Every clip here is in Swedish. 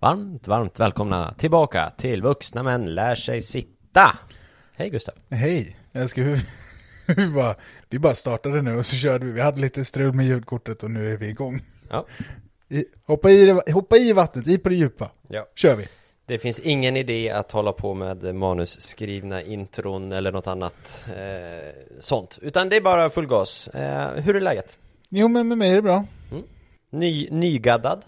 Varmt välkomna tillbaka till Vuxna Män Lär Sig Sitta. Hej Gustav. Hej, jag ska vi bara startade nu och så körde vi. Vi hade lite strul med ljudkortet och nu är vi igång. Ja. Hoppa i vattnet, i på det djupa. Ja. Kör vi. Det finns ingen idé att hålla på med manusskrivna intron eller något annat sånt. Utan det är bara full gas. Hur är läget? Jo, men med mig är det bra. Nygaddad?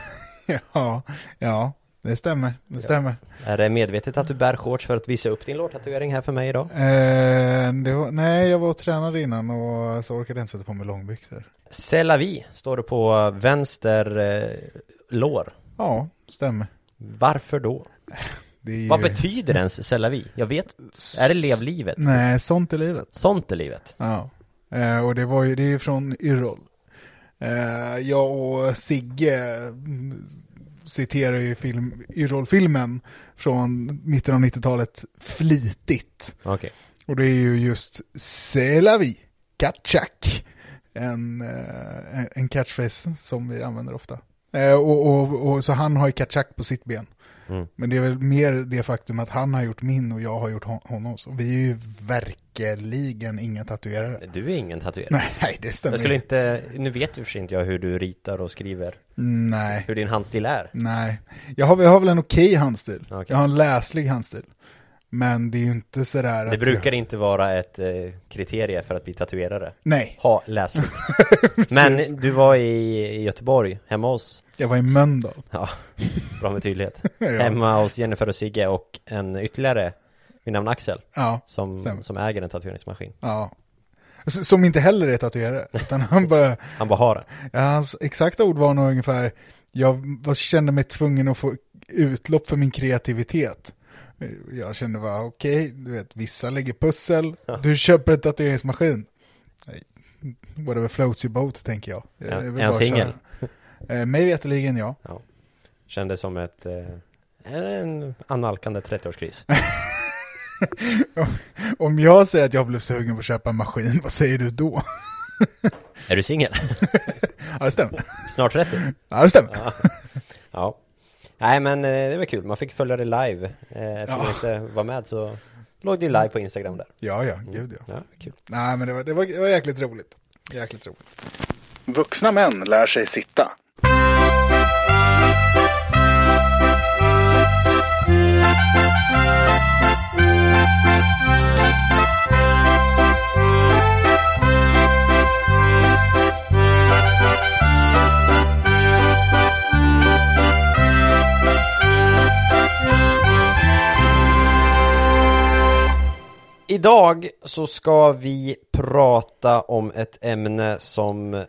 Ja, det stämmer. Det stämmer. Är det medvetet att du bär shorts för att visa upp din lårtatuering här för mig idag? Nej, jag var och tränade innan och så orkade jag inte sätta på mig långbyxor. C'est la vie står det på vänster lår. Ja, stämmer. Varför då? Vad betyder ens c'est la vie? Jag vet, är det lev livet? Nej, sånt är livet. Sånt är livet. Ja, och det är från Yrrol. Jag och Sigge citerar ju Yrrol-filmen från mitten av 90-talet flitigt. Okay. Och det är ju just C'est la vie, Katchak. En catchphrase som vi använder ofta. Och så han har ju Katchak på sitt ben. Men det är väl mer det faktum att han har gjort min och jag har gjort honom. Så vi är ju verkligen ingen tatuerare. Du är ingen tatuerare. Nej, det stämmer. Jag skulle inte, nu vet ju för sig inte jag hur du ritar och skriver. Nej. Hur din handstil är. Nej. Jag har väl en okej handstil. Okay. Jag har en läslig handstil. Men det är ju inte sådär det brukar inte vara ett kriterie för att bli tatuerare. Nej. Ha läslig. Men du var i Göteborg, hemma hos... Jag var i Mölndal. Ja, bra med tydlighet. Ja. Hemma hos Jennifer och Sigge och en ytterligare, vid namn Axel. Ja, som äger en tatueringsmaskin. Ja. Som inte heller är tatuerare. Utan han bara har den. Ja, hans exakta ord var nog ungefär: jag kände mig tvungen att få utlopp för min kreativitet. Jag kände bara okej, du vet, vissa lägger pussel. Du köper en tatueringsmaskin. Whatever floats your boat, tänker jag. Är han singel? Mig veterligen, ja. Kändes som en analkande 30-årskris. Om jag säger att jag blev sugen på att köpa en maskin, vad säger du då? Är du singel? Ja, det stämmer. Snart 30? Ja, det stämmer. Ja. Nej, men det var kul. Man fick följa det live. Eftersom jag inte var med så låg det live på Instagram där. Ja, gud ja. Ja, kul. Nej, men det var jäkligt roligt. Jäkligt roligt. Vuxna män lär sig sitta. Idag så ska vi prata om ett ämne som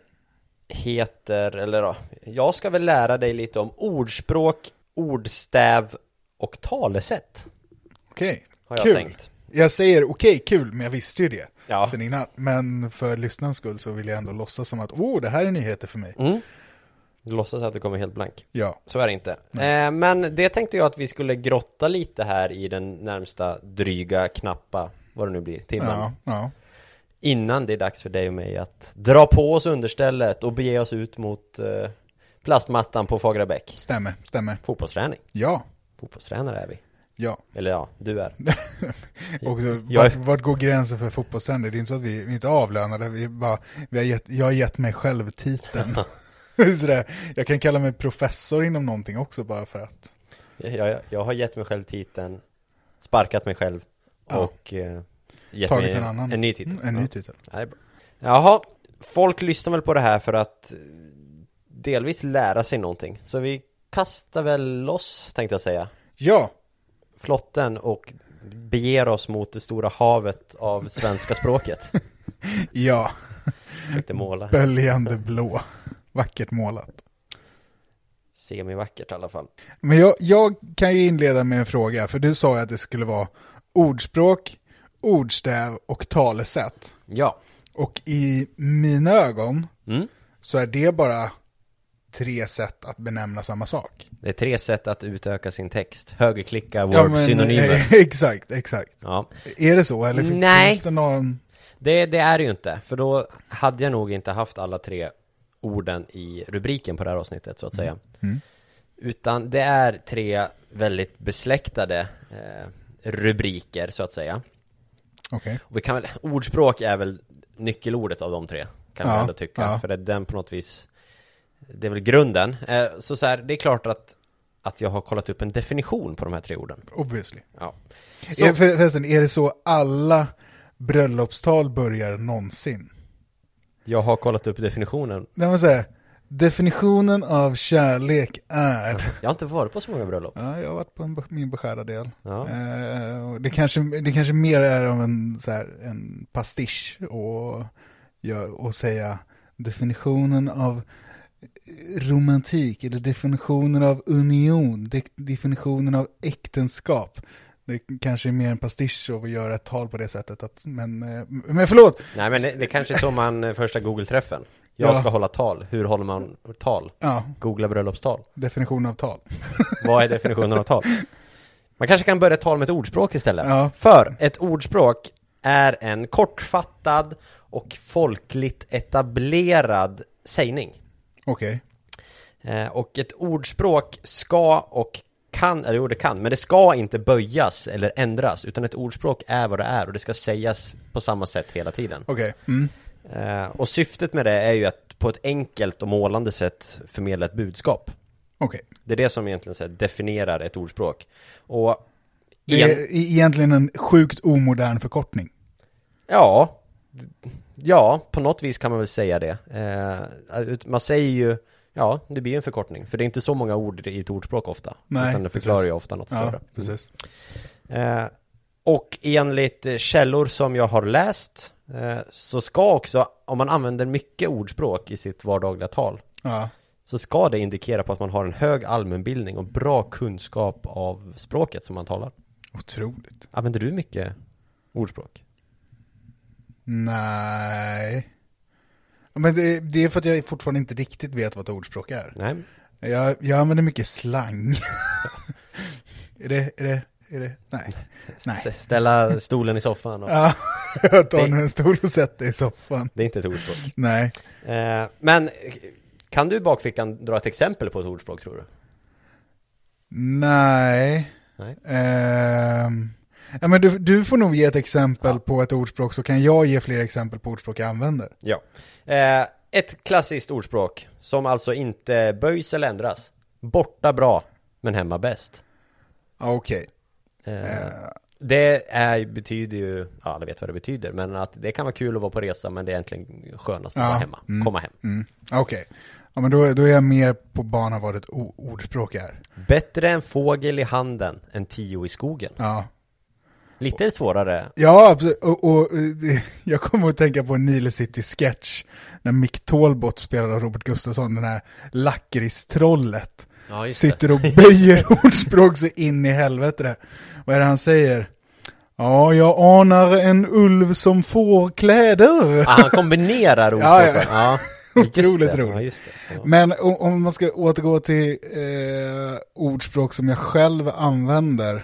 heter, eller då, jag ska väl lära dig lite om ordspråk, ordstäv och talesätt. Okej, har jag kul. Tänkt. Jag säger okej, kul, men jag visste ju det. Ja. Sen innan. Men för lyssnarens skull så vill jag ändå låtsas som att det här är nyheter för mig. Du låtsas att det kommer helt blank. Ja. Så är det inte. Men det tänkte jag att vi skulle grotta lite här i den närmsta dryga, knappa, vad det nu blir, timmen. Ja. Innan det är dags för dig och mig att dra på oss understället och bege oss ut mot plastmattan på Fagrabäck. Stämmer. Fotbollsträning. Ja. Fotbollstränare är vi. Ja. Eller ja, du är. Och vart går gränsen för fotbollstränare? Det är inte så att vi är inte avlönade. Jag har gett mig själv titeln. Jag kan kalla mig professor inom någonting också bara för att. Jag har gett mig själv titeln, sparkat mig själv och gett tagit mig en ny titel. En ny titel. Ja, det är bra. Jaha, folk lyssnar väl på det här för att delvis lära sig någonting. Så vi kastar väl loss, tänkte jag säga. Ja. Flotten och beger oss mot det stora havet av svenska språket. Ja. Försökte måla. Böljande blå. Vackert målat. Semi-vackert i alla fall. Men jag kan ju inleda med en fråga. För du sa ju att det skulle vara ordspråk, ordstäv och talesätt. Ja. Och i mina ögon så är det bara 3 sätt att benämna samma sak. Det är 3 sätt att utöka sin text. Högerklicka, word-synonymer. Exakt. Ja. Är det så? Eller Nej. Finns det någon... Det är det ju inte. För då hade jag nog inte haft alla 3 orden i rubriken på det här avsnittet, så att säga. Utan det är 3 väldigt besläktade rubriker så att säga. Okej. Och vi kan väl, ordspråk är väl nyckelordet av de 3, kan vi ändå tycka. Ja. För det är den på något vis, det är väl grunden. Så här, det är klart att jag har kollat upp en definition på de här 3 orden. Obviously. Ja. Förresten, är det så alla bröllopstal börjar någonsin? Jag har kollat upp definitionen. Det man säga, definitionen av kärlek är... Jag har inte varit på så många bröllop. Ja, jag har varit på min beskärda del. Ja. Det kanske mer är av en pastisch och säga definitionen av romantik eller definitionen av union, definitionen av äktenskap. Det kanske är mer en pastisch av att göra ett tal på det sättet. Men förlåt! Nej, men det kanske är så man första Google-träffen. Jag ska hålla tal. Hur håller man tal? Ja. Googla bröllopstal. Definition av tal. Vad är definitionen av tal? Man kanske kan börja tal med ett ordspråk istället. Ja. För ett ordspråk är en kortfattad och folkligt etablerad sägning. Okej. Och ett ordspråk ska och kan, eller jo det kan, men det ska inte böjas eller ändras, utan ett ordspråk är vad det är och det ska sägas på samma sätt hela tiden. Okej. Och syftet med det är ju att på ett enkelt och målande sätt förmedla ett budskap. Okej. Det är det som egentligen så här, definierar ett ordspråk. Och Det är egentligen en sjukt omodern förkortning. Ja, på något vis kan man väl säga det. Man säger ju, ja, det blir en förkortning. För det är inte så många ord i ett ordspråk ofta. Nej, utan det förklarar ju ofta något större. Ja, precis. Och enligt källor som jag har läst så ska också, om man använder mycket ordspråk i sitt vardagliga tal, så ska det indikera på att man har en hög allmänbildning och bra kunskap av språket som man talar. Otroligt. Använder du mycket ordspråk? Nej. Men det är för att jag fortfarande inte riktigt vet vad ett ordspråk är. Nej. Jag använder mycket slang. Är det? Nej. Ställa stolen i soffan. Och... Ja, jag tar en stol och sätter i soffan. Det är inte ett ordspråk. Nej. Men kan du i bakfickan dra ett exempel på ett ordspråk, tror du? Nej. Ja, men du får nog ge ett exempel på ett ordspråk, så kan jag ge fler exempel på ordspråk jag använder. Ja. Ett klassiskt ordspråk som alltså inte böjs eller ändras. Borta bra, men hemma bäst. Okej. Det betyder ju, ja, alla vet vad det betyder, men att det kan vara kul att vara på resa, men det är egentligen skönast att vara hemma. Komma hem. Okej. Ja, men då är jag mer på banan vad ett ordspråk är. Bättre en fågel i handen än 10 i skogen. Ja. Lite svårare. Ja, och jag kommer att tänka på en Nile City-sketch när Mick Tålbott spelade av Robert Gustafsson, den här lakritstrollet. Ja, sitter och böjer ordspråk så in i helvete. Vad är det han säger? Ja, jag anar en ulv som får kläder. Han kombinerar ordspråken. Ja. Otroligt roligt. Ja, just det. Ja. Men om man ska återgå till ordspråk som jag själv använder.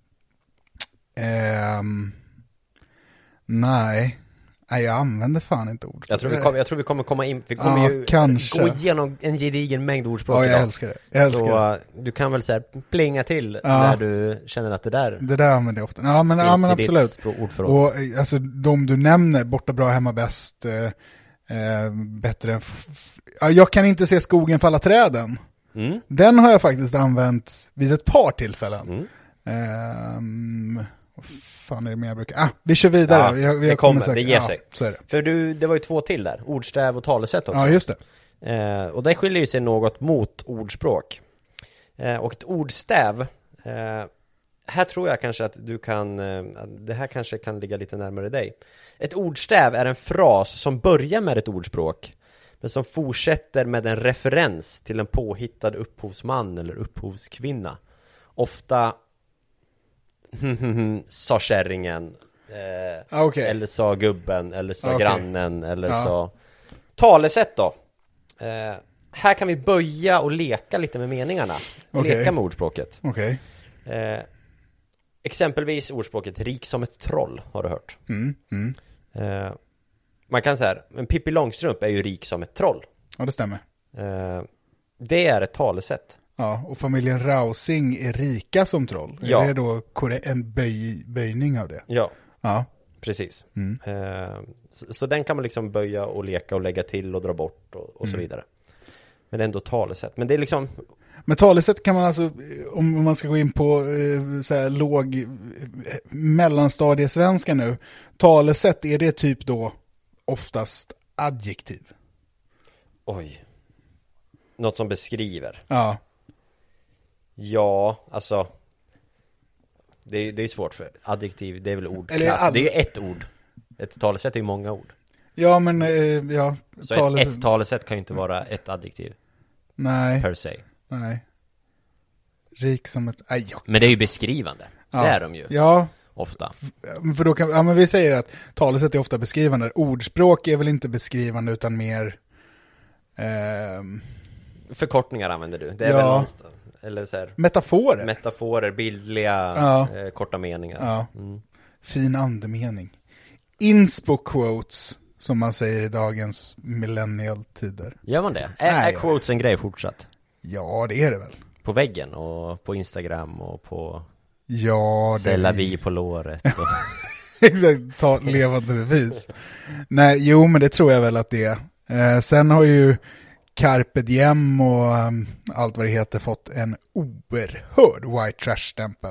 Nej, jag använder fan inte ord. Jag tror vi kommer komma in. Vi kommer ju kanske gå igenom en gedigen mängd ordspråk. Ja, jag älskar det. Så du kan väl så här plinga till när du känner att det där använder jag ofta. Ja, men absolut. Och alltså de du nämner, borta bra, hemma bäst, bättre än jag kan inte se skogen falla träden. Den har jag faktiskt använt vid ett par tillfällen. Vad fan är det mer jag brukar... vi kör vidare. Ja, det kommer, det ger sig. Så är det. För det var ju 2 till där. Ordstäv och talesätt också. Ja, just det. Och det skiljer ju sig något mot ordspråk. Och ett ordstäv... här tror jag kanske att du kan... det här kanske kan ligga lite närmare dig. Ett ordstäv är en fras som börjar med ett ordspråk, men som fortsätter med en referens till en påhittad upphovsman eller upphovskvinna. Ofta... sa kärringen eller sa gubben eller sa grannen eller sa talesätt då. Här kan vi böja och leka lite med meningarna. Leka med ordspråket. Exempelvis ordspråket rik som ett troll, har du hört? Man kan säga, en Pippi Långstrump är ju rik som ett troll. Ja, det stämmer. Det är ett talesätt. Ja, och familjen Rausing är rika som troll. Ja. Är det då en böjning av det? Ja, Ja. precis. Mm. Så den kan man liksom böja och leka och lägga till och dra bort och så vidare. Men det är ändå talesätt. Men det är liksom... Men talesätt kan man alltså, om man ska gå in på så här låg mellanstadiesvenska nu, talesätt, är det typ då oftast adjektiv? Oj. Något som beskriver. Ja. Ja, alltså... Det är svårt för adjektiv, det är väl ordklass. Eller det är ju ett ord. Ett talesätt är ju många ord. Ja, men ja. Så ett talesätt kan ju inte vara ett adjektiv. Nej. Per se. Nej. Rik som ett... Nej, Men det är ju beskrivande. Ja. Det är de ju. Ja. Ofta. För då kan, ja, men vi säger att talesätt är ofta beskrivande. Ordspråk är väl inte beskrivande utan mer... Förkortningar använder du. Det är Ja. väl någonstans, eller så här, Metaforer. metaforer, bildliga, Ja. korta meningar. Ja. Mm. Fin andemening. Inspo quotes, som man säger i dagens millennial-tider. Gör man det? Nej. Är quotes en grej fortsatt? Ja, det är det väl. På väggen och på Instagram och på Ja, det Sella vi på låret. Och... Exakt, ta levande bevis. Nej, jo, men det tror jag väl att det är. Sen har ju Carpe Diem och allt vad det heter fått en oerhörd white trash-stämpel.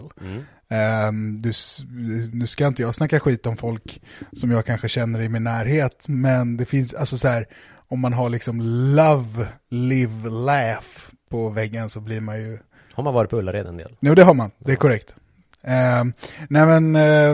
Nu ska inte jag snacka skit om folk som jag kanske känner i min närhet, men det finns alltså så här, om man har liksom love, live, laugh på väggen så blir man ju... Har man varit på Ullared en del? Jo, det har man, det är korrekt. Nej men,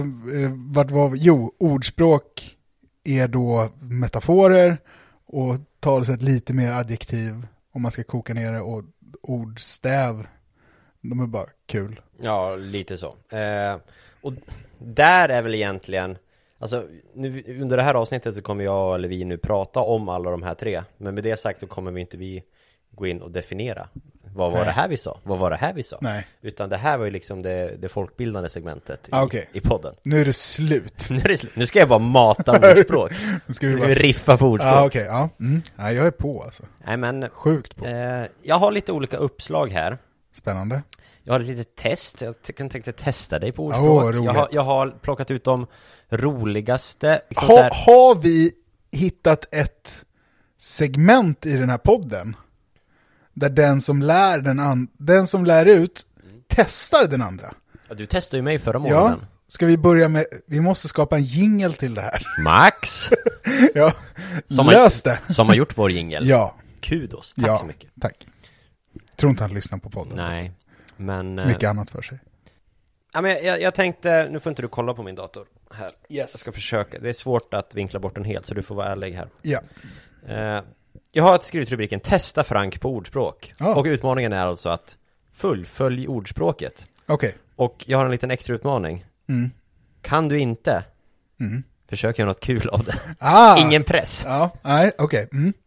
ordspråk är då metaforer och talesätt lite mer adjektiv om man ska koka ner det, och ordstäv, de är bara kul. Ja, lite så. Och där är väl egentligen, alltså nu, under det här avsnittet så kommer jag eller vi nu prata om alla de här tre. Men med det sagt så kommer vi inte gå in och definiera vad var det här vi sa? Vad var det här vi sa? Nej. Utan det här var ju liksom det folkbildande segmentet Okay. i podden. Nu är det slut. Nu ska jag bara mata ordspråk. Nu ska vi riffa på ordspråk. Okej. Ja. Nej, jag är på alltså. Nej, men sjukt på. Jag har lite olika uppslag här. Spännande. Jag har ett litet test. Jag tänkte testa dig på ordspråk. Jag har plockat ut de roligaste. Liksom har vi hittat ett segment i den här podden där den som lär ut testar den andra? Ja, du testade ju mig förra månaden. Ja. Ska vi börja med, vi måste skapa en jingle till det här. Max! Ja, lös det. Som har gjort vår jingle. Ja. Kudos, tack så mycket. Tack. Tror inte han lyssnar på podden. Nej, men... Mycket annat för sig. Ja, men jag tänkte, nu får inte du kolla på min dator här. Yes. Jag ska försöka, det är svårt att vinkla bort den helt, så du får vara ärlig här. Ja. Jag har skrivit rubriken Testa Frank på ordspråk. Oh. Och utmaningen är alltså att fullfölj ordspråket. Okej. Och jag har en liten extra utmaning. Kan du inte försök göra något kul av det? Ingen press. Ja, nej, okej.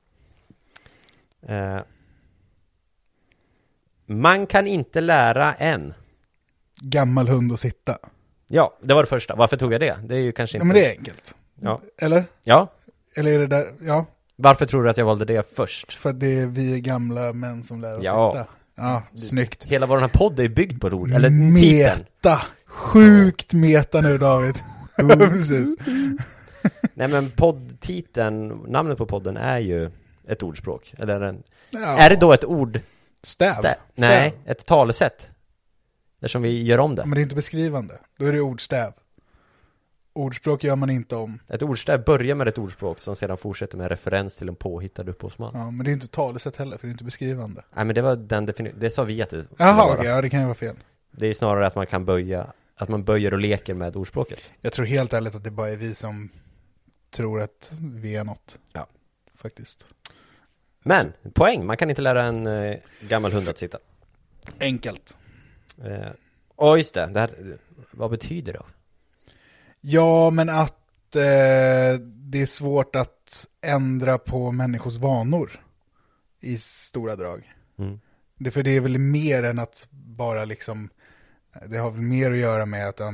Man kan inte lära en gammal hund att sitta. Ja, det var det första. Varför tog jag det? Det är ju kanske inte... Ja, men det är enkelt. Ja. Eller? Ja. Eller är det där? Ja. Varför tror du att jag valde det först? För att det är vi gamla män som lär oss sitta. Ja, snyggt. Hela vår den här podd är byggd på ett ord. Eller meta. Titeln. Sjukt meta nu, David. Precis. Nej, men poddtiteln, namnet på podden är ju ett ordspråk. Eller är det då ett ord? Stäv. Nej, ett talesätt. Eftersom vi gör om det. Men det är inte beskrivande. Då är det ordstäv. Ordspråk gör man inte om. Ett ordstäv börjar med ett ordspråk som sedan fortsätter med en referens till en påhittad upphovsman. Ja, men det är inte talesätt heller, för det är inte beskrivande. Nej, men det var den definitionen. Det sa vi att det Jaha, okej, ja, det kan ju vara fel. Det är snarare att man kan böjer och leker med ordspråket. Jag tror helt ärligt att det bara är vi som tror att vi är något. Ja. Faktiskt. Men, poäng. Man kan inte lära en gammal hund att sitta. Enkelt. Just det. Det här, vad betyder det? Ja, men att det är svårt att ändra på människors vanor i stora drag. För det är väl mer än att bara liksom, det har väl mer att göra med att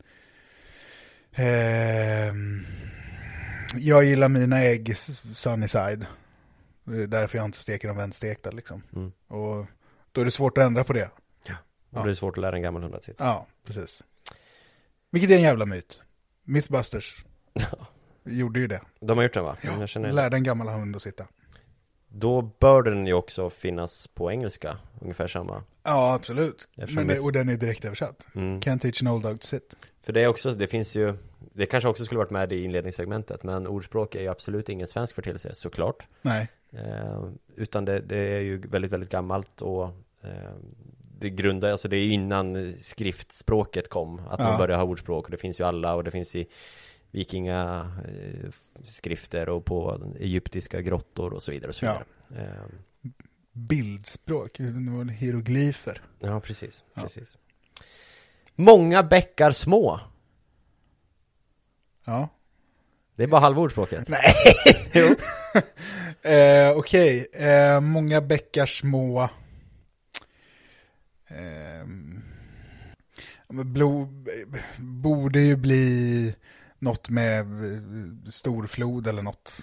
jag gillar mina ägg sunny side. Därför jag inte steker dem vändstekta liksom. Och Då är det svårt att ändra på det. Då blir det svårt att lära en gammal hund att sitta. Ja, precis. Vilket är en jävla myt. Mythbusters gjorde ju det. De har gjort det, va? Ja, Jag känner... lärde en gammal hund att sitta. Då bör den ju också finnas på engelska. Ungefär samma. Ja, absolut. Eftersom Och den är direkt översatt. Can't teach an old dog to sit. För det är också, det finns ju, det kanske också skulle varit med i inledningssegmentet, men ordspråk är ju absolut ingen svensk företeelse, såklart. Nej. Utan det är ju väldigt, väldigt gammalt och det grundar, alltså det är ju innan skriftspråket kom att man började ha ordspråk, och det finns ju alla, och det finns i vikinga skrifter och på egyptiska grottor och så vidare och så vidare. Bildspråk, hieroglyfer. Ja, precis. Många bäckar små. Ja. Det är bara halva ordspråket. Nej. Jo. Okej. Många bäckar små. Borde ju bli något med storflod eller något.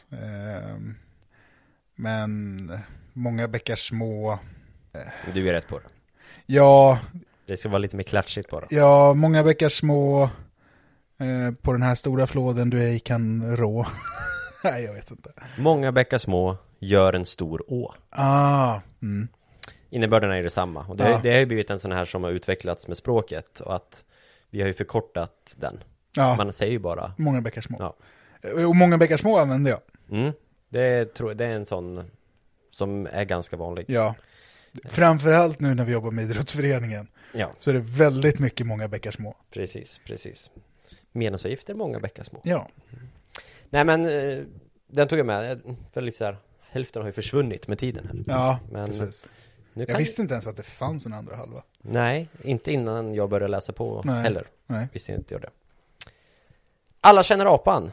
Men många bäckar små. Du är rätt på det. Ja. Det ska vara lite mer klatschigt bara. Ja, många bäckar små. På den här stora floden du ej kan rå. Nej, jag vet inte. Många bäckar små gör en stor å. Innebörden är ju detsamma. Och det har ju blivit en sån här som har utvecklats med språket. Och att vi har ju förkortat den. Man säger ju bara många bäckar små. Ja. Och många bäckar små använder jag. Det är en sån som är ganska vanlig. Ja. Framförallt nu när vi jobbar med idrottsföreningen. Ja. Så är det väldigt mycket många bäckar små. Precis. Medlemsavgifter, många bäckar små. Ja. Nej, men den tog jag med. För lite så här, hälften har ju försvunnit med tiden här. Ja, men precis. Jag visste inte ens att det fanns en andra halva. Nej, inte innan jag började läsa på heller. Nej. Visste inte jag det. Alla känner apan.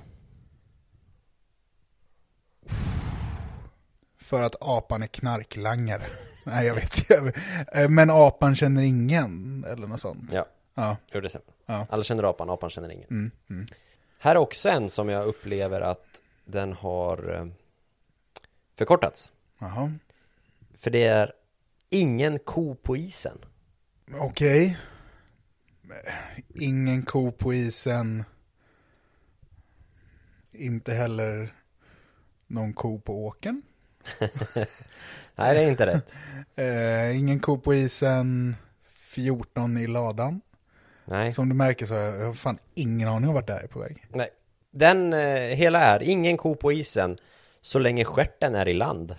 För att apan är knarklangare. Nej, jag vet. Men apan känner ingen eller något sånt. Ja. Hur det sen. Ja. Alla känner apan känner ingen. Här är också en som jag upplever att den har förkortats. Jaha. För det är ingen ko på isen. Okej. Ingen ko på isen. Inte heller någon ko på åken. Nej, det är inte rätt. Ingen ko på isen. 14 i ladan. Nej. Som du märker så har jag fan ingen aning om vart det är på väg. Nej. Den hela är ingen ko på isen så länge stjärten är i land.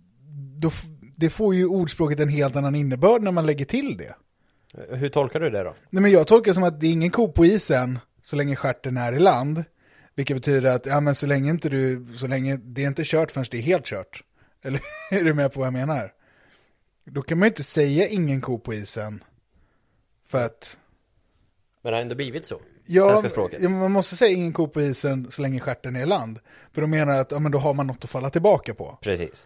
Det får ju ordspråket en helt annan innebörd när man lägger till det. Hur tolkar du det då? Nej, men jag tolkar som att det är ingen ko på isen så länge stjärten är i land. Vilket betyder att men så länge det är inte kört förrän det är helt kört. Eller är du med på vad jag menar? Då kan man ju inte säga ingen ko på isen. För att... Men det har ändå blivit så. Svenska språket. Ja, man måste säga ingen ko på isen så länge stjärten är i land. För de menar att men då har man något att falla tillbaka på. Precis.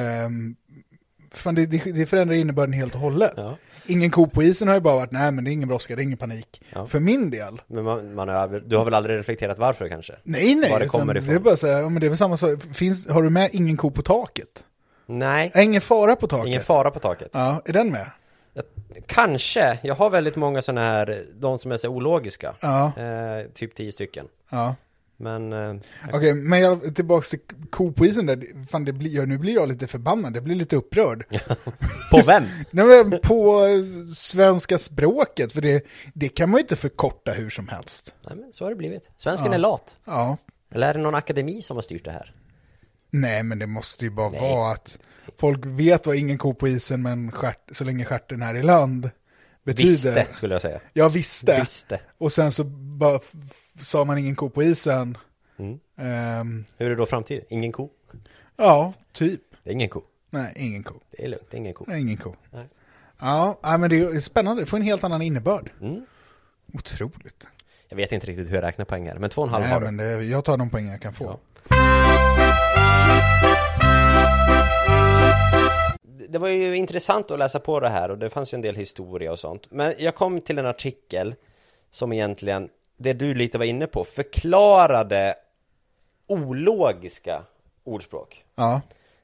Fan, det förändrar innebörden helt och hållet. Ja. Ingen ko på isen har ju bara varit, nej men det är ingen brådska, det är ingen panik. Ja. För min del. Men du har väl aldrig reflekterat varför kanske? Nej. Var det kommer ifrån? Det är bara så här, men det är väl samma sak. Har du med ingen ko på taket? Nej. Ingen fara på taket? Ingen fara på taket. Ja, är den med? Kanske. Jag har väldigt många sådana här, de som är så ologiska. Ja. Typ 10 stycken. Ja. Men... Okej, men jag tillbaka till ko på isen där. Fan, nu blir jag lite förbannad. Jag blir lite upprörd. På vem? Nej, men på svenska språket. För det kan man ju inte förkorta hur som helst. Nej, men så har det blivit. Svensken är lat. Ja. Eller är det någon akademi som har styrt det här? Nej, men det måste ju bara vara att folk vet vad ingen ko på isen, men så länge stjärten är i land betyder... Visste, skulle jag säga. Jag visste. Och sen så bara sa man ingen ko på isen. Hur är det då framtiden? Ingen ko? Ja, typ. Det är ingen ko. Nej, ingen ko. Det är lugnt, det är ingen ko. Nej, ingen ko. Nej. Ja, men det är spännande. Det får en helt annan innebörd. Otroligt. Jag vet inte riktigt hur jag räknar poäng här, men 2,5 har du. Men jag tar de poäng jag kan få. Ja. Det var ju intressant att läsa på det här och det fanns ju en del historia och sånt. Men jag kom till en artikel som egentligen, det du lite var inne på, förklarade ologiska ordspråk. Ja.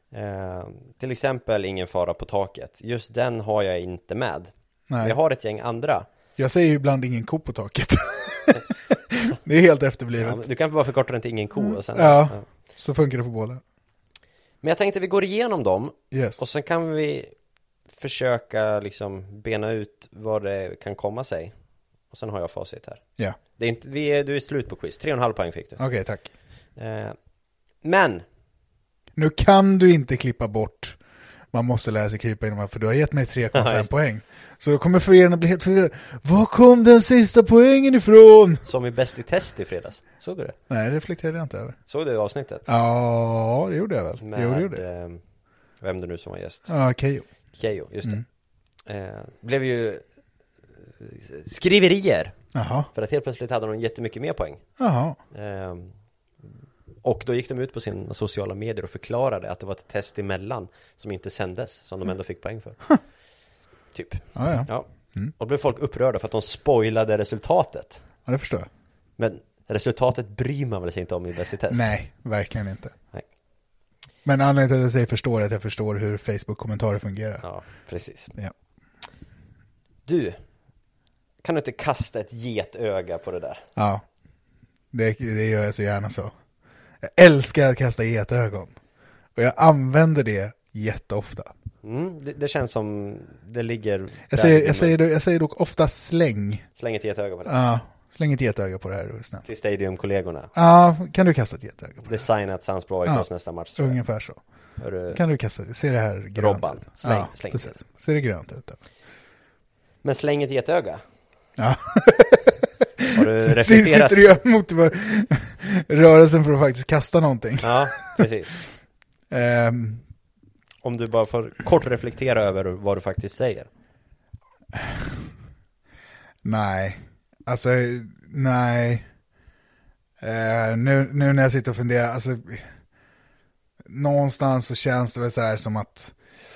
Till exempel Ingen fara på taket. Just den har jag inte med. Nej. Men jag har ett gäng andra. Jag säger ju ibland ingen ko på taket. Det är helt efterblivet. Ja, du kan bara förkorta den till Ingen ko. Och sen, Ja, så funkar det på båda. Men jag tänkte vi går igenom dem. Yes. Och sen kan vi försöka liksom bena ut vad det kan komma sig. Och sen har jag facit här. Ja. Det är inte, du är slut på quiz. 3,5 poäng fick du. Okej, tack. Men Nu kan du inte klippa bort. Man måste lära sig krypa inom, för du har gett mig 3,5 poäng. Så då kommer förvirrarna bli helt förvirrade. Var kom den sista poängen ifrån? som i Bäst i test i fredags. Såg du det? Nej, det reflekterade jag inte över. Såg du avsnittet? Ja, det gjorde jag väl. Med, Jo, det gjorde jag. vem det nu som var gäst. Ja, Keyyo. Keyyo, just det. Blev ju skriverier. Jaha. För att helt plötsligt hade de jättemycket mer poäng. Jaha. Och då gick de ut på sina sociala medier och förklarade att det var ett test emellan som inte sändes, som de ändå fick poäng för. Typ. Ja. Och då blev folk upprörda för att de spoilade resultatet. Ja, det förstår jag. Men resultatet bryr man väl sig inte om i Bäst i test? Nej, verkligen inte. Nej. Men anledningen till att jag säger förstår är att jag förstår hur Facebook-kommentarer fungerar. Ja, precis. Ja. Du, kan du inte kasta ett getöga på det där? Ja, det gör jag så gärna så. Jag älskar att kasta getögon. Och jag använder det jätteofta. Det känns som det ligger... Jag säger dock ofta släng. Släng ett getöga på det. Ja, släng ett getöga på det här. Snabbt. Till Stadium-kollegorna. Ja, kan du kasta ett getöga på det? Designat Sands bra i nästa match. Så ungefär så. Kan du kasta, ser det här grönt Robban, ut? släng precis. Ser det grönt ut? Men släng ett getöga. Ja. Har du reflekterat? Sitter du emot rörelsen för att faktiskt kasta någonting? Ja, precis. Om du bara får kort reflektera över vad du faktiskt säger. Nej. Alltså, nej. Nu när jag sitter och funderar, alltså, någonstans så känns det väl så här som att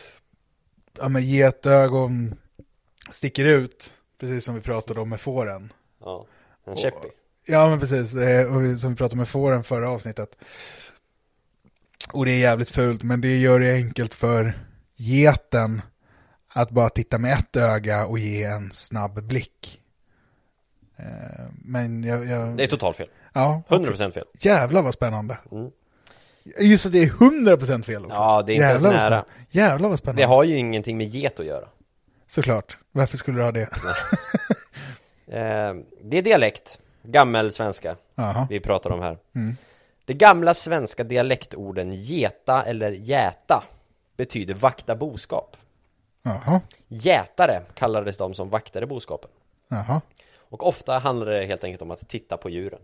getögon sticker ut, precis som vi pratade om med fåren. Ja, en käppi. Ja, men precis. Och som vi pratade med fåren förra avsnittet. Och det är jävligt fult, men det gör det enkelt för geten att bara titta med ett öga och ge en snabb blick. Men det är totalt fel. Ja, 100% fel. Jävlar vad spännande. Just att det är 100% fel också. Ja, det är inte ens nära. Jävlar vad spännande. Det har ju ingenting med get att göra. Såklart. Varför skulle du ha det? Det är dialekt. Gammelsvenska. Aha. Vi pratar om här. Det gamla svenska dialektorden geta eller jäta betyder vakta boskap. Jaha. Jätare kallades de som vaktade boskapen. Jaha. Och ofta handlar det helt enkelt om att titta på djuren.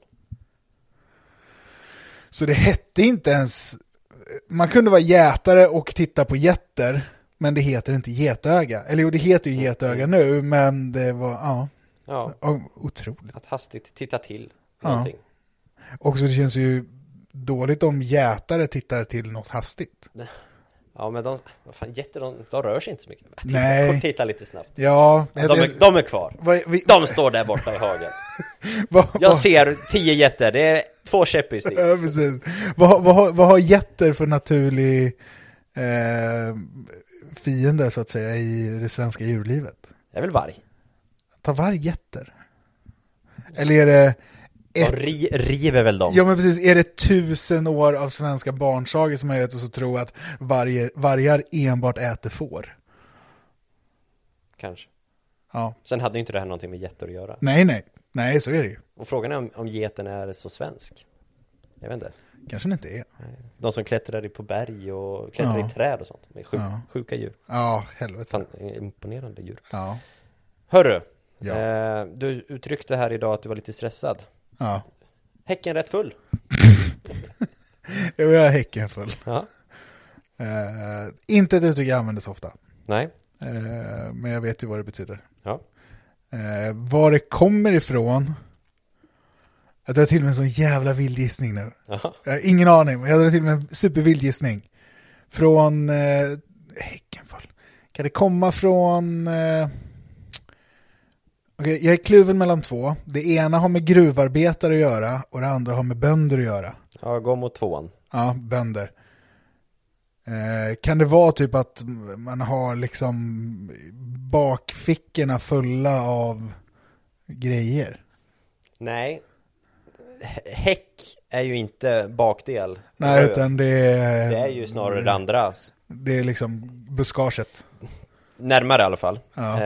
Så det hette inte ens... Man kunde vara jätare och titta på getter, men det heter inte getöga. Eller jo, det heter ju getöga nu, men det var... Ja. Otroligt. Att hastigt titta till någonting. Och så det känns ju dåligt om jätare tittar till något hastigt. Ja, men jätter, de rör sig inte så mycket. Nej. Titta lite snabbt. Ja. De är kvar. De står där borta i hagen. Jag ser 10 jätter. Det är 2 käppis. Ja, precis. Vad har jätter för naturlig fiende, så att säga, i det svenska djurlivet? Det är väl varg. Ta varg jätter? Eller är det... river väl dem? Ja, men precis. Är det 1000 år av svenska barnsagor som har gett oss att tro att vargar enbart äter får? Kanske. Ja. Sen hade ju inte det här någonting med getter att göra. Nej, så är det ju. Och frågan är om geten är så svensk. Jag vet inte. Kanske den inte är. De som klättrar på berg och klättrar i träd och sånt. Med sjuka djur. Ja, helvete. Imponerande djur. Ja. Hörru, ja. Du uttryckte här idag att du var lite stressad. Ja. Häcken rätt full. Jag är häcken full. Ja. Inte ett uttryck jag använder så ofta. Nej. Men jag vet ju vad det betyder. Ja. Var det kommer ifrån. Jag drar till med en sån jävla vildgissning nu. Aha. Jag har ingen aning, men jag drar till med en supervildgissning. Från häcken full. Kan det komma från... Okej, jag är kluven mellan 2. Det ena har med gruvarbetare att göra och det andra har med bönder att göra. Ja, gå mot 2:an. Ja, bönder. Kan det vara typ att man har liksom bakfickorna fulla av grejer? Nej. Häck är ju inte bakdel. Nej, utan det är ju snarare det andra. Det är liksom buskaget. Närmare i alla fall. Ja.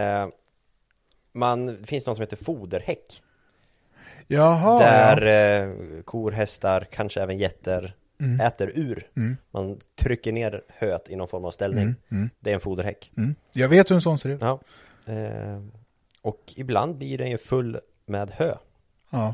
Det finns något som heter foderhäck. Jaha, där kor, hästar, kanske även getter äter ur. Mm. Man trycker ner höet i någon form av ställning. Det är en foderhäck. Jag vet hur en sån ser ut. Ja. Och ibland blir den ju full med hö. Ja.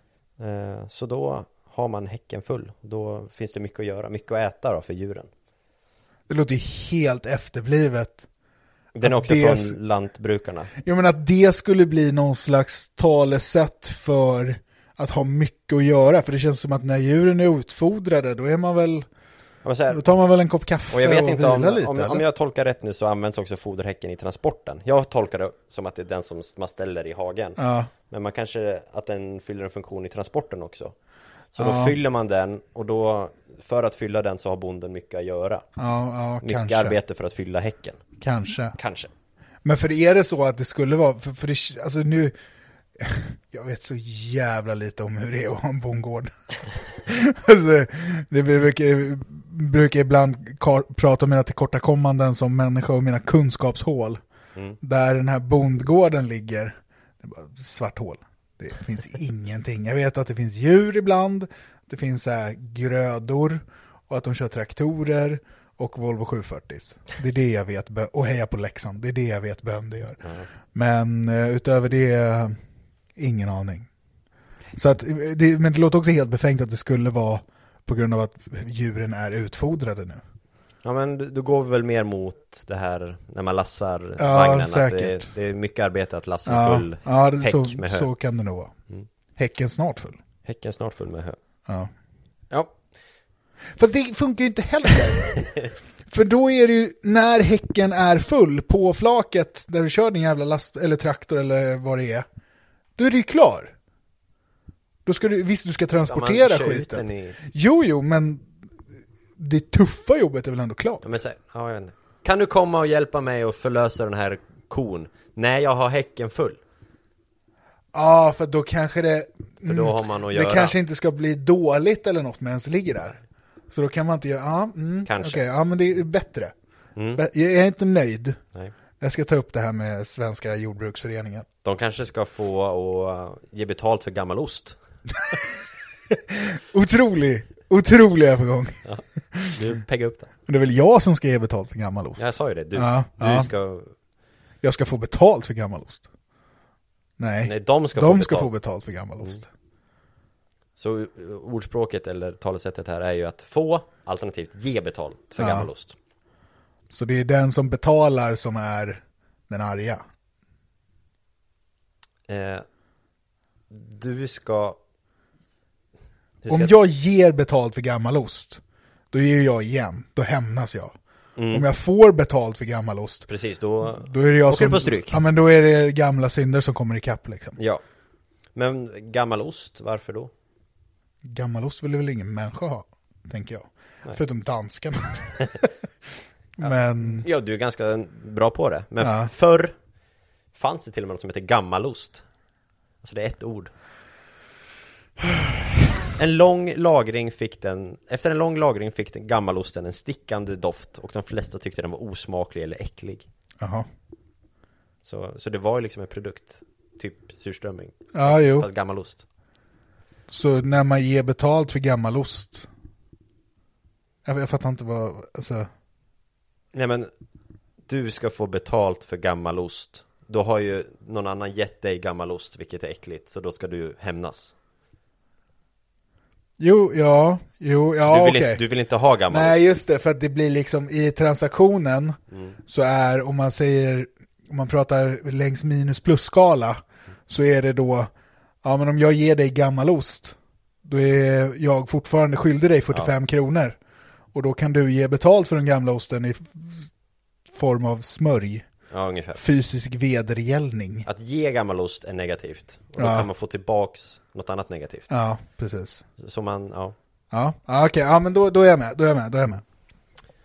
Så då har man häcken full. Då finns det mycket att göra, mycket att äta då för djuren. Det låter ju helt efterblivet. Den är också från lantbrukarna. Jag menar att det skulle bli någon slags talesätt för att ha mycket att göra. För det känns som att när djuren är utfodrade, då är man väl... Då tar man väl en kopp kaffe och jag vet inte om jag tolkar rätt nu, så används också foderhäcken i transporten. Jag tolkar det som att det är den som man ställer i hagen. Ja. Men man kanske att den fyller en funktion i transporten också. Så då fyller man den, och då för att fylla den så har bonden mycket att göra. Ja, mycket kanske. arbete för att fylla häcken. Kanske. Men för är det så att det skulle vara, för det, alltså nu, jag vet så jävla lite om hur det är att ha en bondgård. Alltså, det brukar ibland prata om mina tillkortakommanden som människa och mina kunskapshål. Där den här bondgården ligger, det är bara svart hål. Det finns ingenting. Jag vet att det finns djur ibland, det finns så här grödor och att de kör traktorer och Volvo 740. Det är det jag vet, och heja på Leksand. Det är det jag vet bönder gör. Men utöver det, ingen aning. Så att, men det låter också helt befängt att det skulle vara på grund av att djuren är utfodrade nu. Ja, men du går väl mer mot det här när man lassar vagnen. Säkert. Att det är mycket arbete att lassa full häck med hö. Så kan det nog vara. Häcken snart full. Häcken snart full med hö. Ja. Fast det funkar ju inte heller. För då är det ju, när häcken är full på flaket där du kör din jävla last eller traktor eller vad det är, då är det ju klar. Då ska du, visst du ska transportera skiten. Jo, men det tuffa jobbet är väl ändå klart. Ja, men jag vet inte. Kan du komma och hjälpa mig att förlösa den här kon? Nej, jag har häcken full. Ja, för då kanske det... För då har man att göra. Det kanske inte ska bli dåligt eller något medan det ligger där. Så då kan man inte göra... kanske. Okay, ja, men det är bättre. Jag är inte nöjd. Nej. Jag ska ta upp det här med Svenska jordbruksföreningen. De kanske ska få och ge betalt för gammal ost. Otrolig övergång. Ja, du peggar upp det. Men det är väl jag som ska ge betalt för gammal ost? Jag sa ju det. Du ska... Jag ska få betalt för gammal ost. Nej, de ska få betalt för gammal ost. Så ordspråket eller talesättet här är ju att få, alternativt ge betalt för gammal ost. Så det är den som betalar som är den arga. Om jag ger betalt för gammal ost, då ger jag igen. Då hämnas jag. Om jag får betalt för gammal ost, precis, då är det jag som på stryk. Ja, men då är det gamla synder som kommer i kapp liksom. Ja. Men gammal ost, varför då? Gammal ost vill väl ingen människa ha, tänker jag. Nej. Förutom danskarna. Men... Ja, du är ganska bra på det. Men förr fanns det till och med något som heter gammalost. Alltså det är ett ord. Efter en lång lagring fick den gammalosten en stickande doft, och de flesta tyckte den var osmaklig eller äcklig. Jaha. Så det var ju liksom en produkt, typ surströmming. Fast gammalost. Så när man ger betalt för gammalost, jag fattar inte vad, alltså... Nej, men du ska få betalt för gammalost. Då har ju någon annan gett dig gammalost, vilket är äckligt, så då ska du hämnas. Du vill inte ha gammalost. Nej, just det, för att det blir liksom i transaktionen så är, om man pratar längs minus plus skala, så är det då, ja, men om jag ger dig gammalost, då är jag fortfarande skyldig dig 45 kronor. Och då kan du ge betalt för den gamla osten i form av smörj. Ja, ungefär. Fysisk vedergällning. Att ge gammalost är negativt. Och då kan man få tillbaks något annat negativt. Ja, precis. Så man, Ja, okej. Ja, men då är jag med.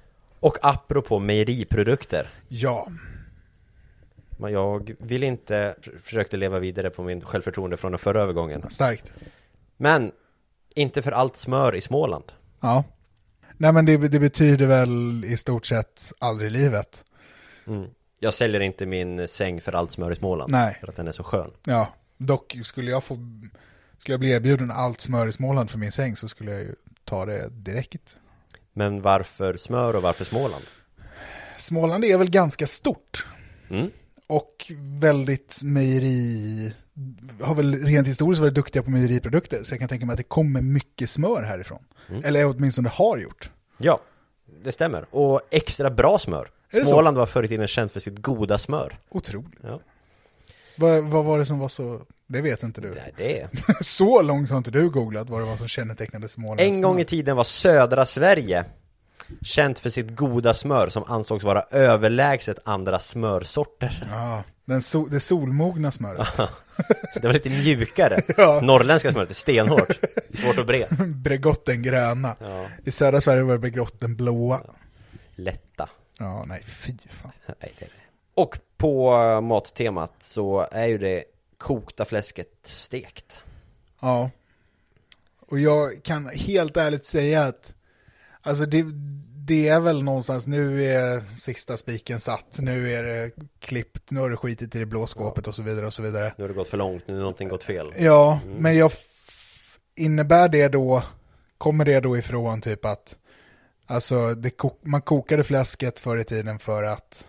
Och apropå mejeriprodukter. Ja. Men jag vill inte försökte leva vidare på min självförtroende från den förra övergången. Starkt. Men inte för allt smör i Småland. Ja. Nej, men det betyder väl i stort sett aldrig i livet. Jag säljer inte min säng för allt smör i Småland. Nej. För att den är så skön. Ja, dock skulle jag bli erbjuden allt smör i Småland för min säng så skulle jag ju ta det direkt. Men varför smör och varför Småland? Småland är väl ganska stort. Och väldigt har väl rent historiskt varit duktiga på mejeriprodukter. Så jag kan tänka mig att det kommer mycket smör härifrån. Eller åtminstone det har gjort. Ja, det stämmer. Och extra bra smör. Småland var förr i tiden känt för sitt goda smör. Otroligt. Ja. Vad var det som var så... Det vet inte du. Nej, det. Så långt har inte du googlat vad det var som kännetecknade Småland. En gång i tiden var södra Sverige känt för sitt goda smör som ansågs vara överlägset andra smörsorter. Ja, det solmogna smöret. Det var lite mjukare. Ja. Norrländska smöret är stenhårt. Svårt att bre. Bregotten gröna. Ja. I södra Sverige var Bregotten blåa. Lätta. Ja, nej, fy fan. Nej, det är det. Och på mattemat så är ju det kokta fläsket stekt. Ja. Och jag kan helt ärligt säga att alltså det är väl någonstans, nu är sista spiken satt, nu är det klippt, nu har det skitit i det blå skåpet och så vidare och så vidare. Nu har det gått för långt, nu har någonting gått fel. Ja, men innebär det då, kommer det då ifrån typ att alltså man kokade fläsket förr i tiden för att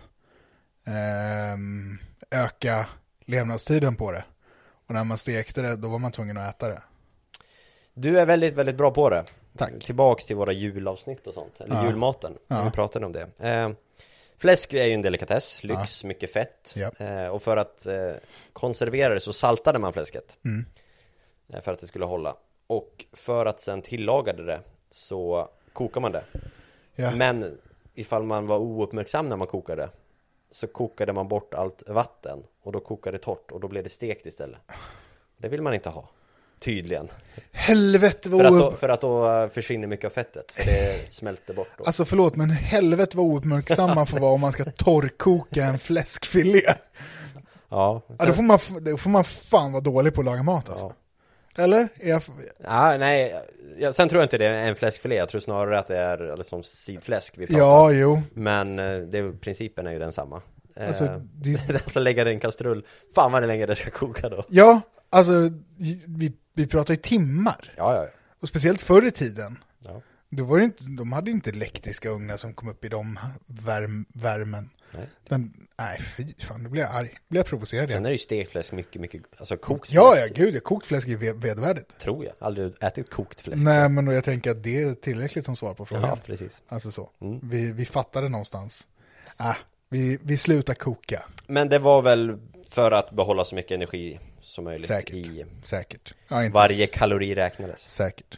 öka levnadstiden på det. Och när man stekte det, då var man tvungen att äta det. Du är väldigt, väldigt bra på det. Tack. Tillbaks till våra julavsnitt och sånt. Eller julmaten, Ja. vi pratade om det. Fläsk är ju en delikatess, lyx, mycket fett. Ja. Och för att konservera det så saltade man fläsket. För att det skulle hålla. Och för att sen tillaga det så kokar man det. Ja. Men ifall man var ouppmärksam när man kokade, så kokade man bort allt vatten. Och då kokade det torrt och då blev det stekt istället. Det vill man inte ha. Tydligen. Helvete vad För att då försvinner mycket av fettet. För det smälter bort då. Alltså förlåt, men helvete vad ouppmärksam man får vara om man ska torrkoka en fläskfilé. Ja. Ja, då får man fan vara dålig på att laga mat alltså. Ja. Eller? Ja, nej. Sen tror jag inte det är en fläskfilé. Jag tror snarare att det är liksom sidfläsk vi pratar. Ja, jo. Men principen är ju densamma. Alltså, alltså lägga det i en kastrull. Fan vad det länge det ska koka då. Ja, alltså vi pratar ju timmar. Ja. Och speciellt förr i tiden. Ja. Då var det inte, de hade inte elektriska ugnar som kom upp i de värmen. Nej. Nej, fy fan, då blir jag arg. Blir jag provocerad. Sen är det ju stekt fläsk mycket, alltså kokt fläsk. Ja, gud, kokt fläsk är vedvärdigt. Tror jag. Aldrig ätit kokt fläsk. Nej, men jag tänker att det är tillräckligt som svar på frågan. Ja, precis. Alltså så. Mm. Vi fattade någonstans. Vi slutar koka. Men det var väl för att behålla så mycket energi som möjligt. Säkert. Ja, varje kalori räknades. Säkert.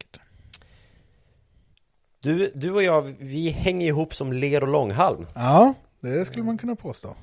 Du och jag, vi hänger ihop som ler och långhalm. Ja, det skulle man kunna påstå.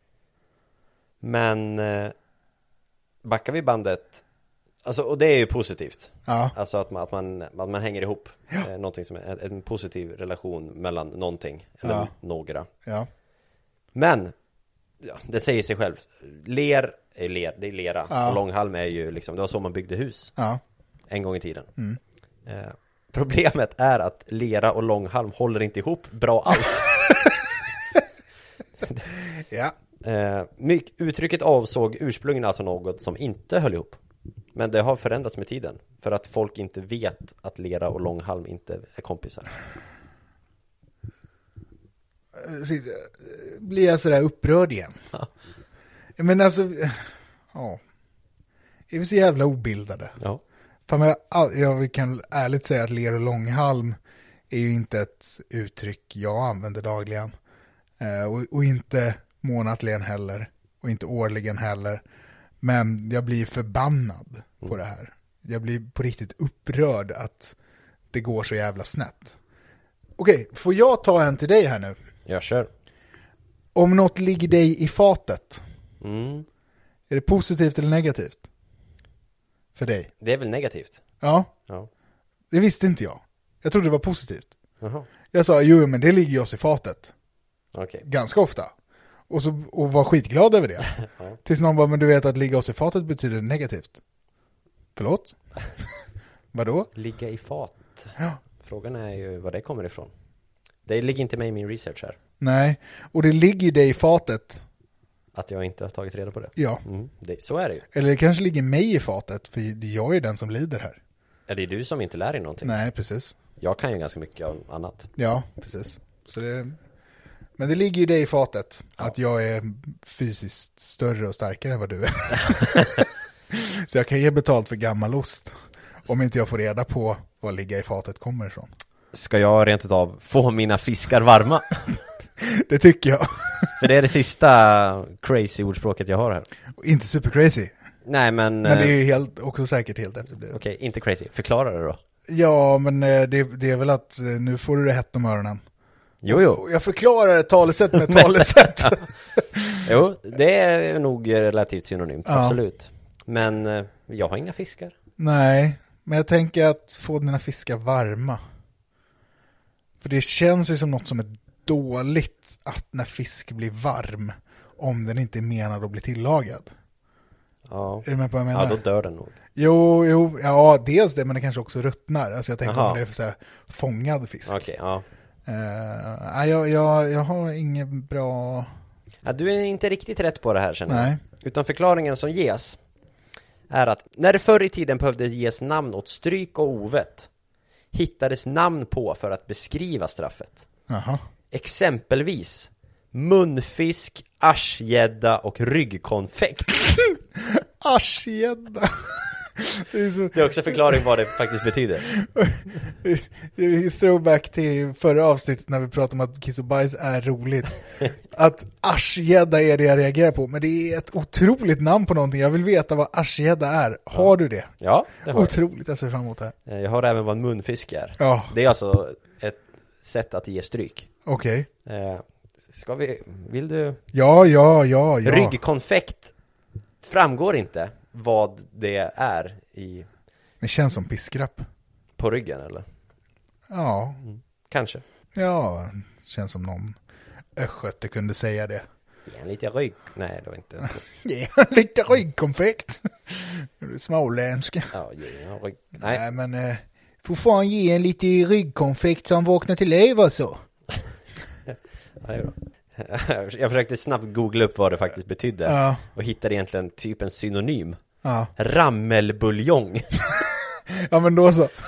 Men backar vi bandet, alltså, och det är ju positivt. Ja. Alltså att man hänger ihop. Någonting som är en positiv relation mellan någonting eller några. Ja. Men det säger sig själv. Ler är ler, det är lera. Ja. Och långhalm är ju liksom, det var så man byggde hus. Ja. En gång i tiden. Problemet är att lera och långhalm håller inte ihop bra alls. Ja. Uttrycket avsåg ursprungligen alltså något som inte höll ihop. Men det har förändrats med tiden. För att folk inte vet att lera och långhalm inte är kompisar. Blir jag sådär upprörd igen? Ja. Men alltså, är vi så jävla obildade? Ja. Fan, jag kan ärligt säga att ler och långhalm är ju inte ett uttryck jag använder dagligen. Och inte månatligen heller. Och inte årligen heller. Men jag blir förbannad på det här. Jag blir på riktigt upprörd att det går så jävla snett. Okej, får jag ta en till dig här nu? Jag kör. Om något ligger dig i fatet, är det positivt eller negativt? För dig? Det är väl negativt? Ja. Ja. Det visste inte jag. Jag trodde det var positivt. Jaha. Jag sa, jo men det ligger ju oss i fatet. Okej. Ganska ofta. Och var skitglad över det. Ja. Tills någon bara, men du vet att ligga oss i fatet betyder negativt. Förlåt? Vadå? Ligga i fat. Ja. Frågan är ju var det kommer ifrån. Det ligger inte med i min research här. Nej, och det ligger ju dig i fatet. Att jag inte har tagit reda på det. Ja. Så är det ju. Eller det kanske ligger mig i fatet, för jag är den som lider här. Är det du som inte lär dig någonting? Nej, precis. Jag kan ju ganska mycket av annat. Ja, precis. Så men det ligger ju dig i fatet, att jag är fysiskt större och starkare än vad du är. Så jag kan ge betalt för gammal ost. Om inte jag får reda på vad ligga i fatet kommer ifrån. Ska jag rent utav få mina fiskar varma? Det tycker jag. För det är det sista crazy ordspråket jag har här. Inte super crazy. Nej, men Men det är ju också säkert helt efterblivet. Okej, inte crazy. Förklara det då. Ja, men det är väl att nu får du det hett om öronen. Jo. Jag förklarar ett talesätt med ett talesätt. Jo, det är nog relativt synonymt, Ja. absolut. Men jag har inga fiskar. Nej, men jag tänker att få dina fiskar varma. För det känns ju som något som är dåligt att när fisk blir varm, om den inte är menad att bli tillagad. Ja. Är du med på vad jag menar? Ja, då dör den nog. Jo, ja, dels det, men det kanske också ruttnar. Alltså jag tänker Jaha. om det är för så här fångad fisk. Okej, ja. Jag har inget bra... Ja, du är inte riktigt rätt på det här, känner Nej. jag. Utan förklaringen som ges är att när det förr i tiden behövde ges namn åt stryk och ovett hittades namn på för att beskriva straffet. Jaha. Exempelvis munfisk, aschgädda och ryggkonfekt. Aschgädda. Det är så... Det är också förklaring vad det faktiskt betyder. Det är throwback till förra avsnittet när vi pratade om att kiss och bajs är roligt. Att aschgädda är det jag reagerar på. Men det är ett otroligt namn på någonting. Jag vill veta vad aschgädda är. Har du det? Ja, det har Otroligt, jag ser fram emot det här. jag har även vad en munfisk är. Ja, Det är alltså ett sätt att ge stryk. okej. Vill du? Ja. Ryggkonfekt framgår inte vad det är Det känns som piskrapp. på ryggen, eller? Ja, Kanske. ja. Känns som någon östgöte kunde säga det. Ge en lite rygg. Nej, det var inte. Ge lite ryggkonfekt. Du är småländska. Ja, ge en rygg. Nej. Nej, men får fan ge en lite ryggkonfekt som vaknar till liv och så. Ja, det är bra. Jag försökte snabbt googla upp vad det faktiskt betydde. Ja. Och hittade egentligen typ en synonym. Ja. Rammelbuljong. Ja, men då så.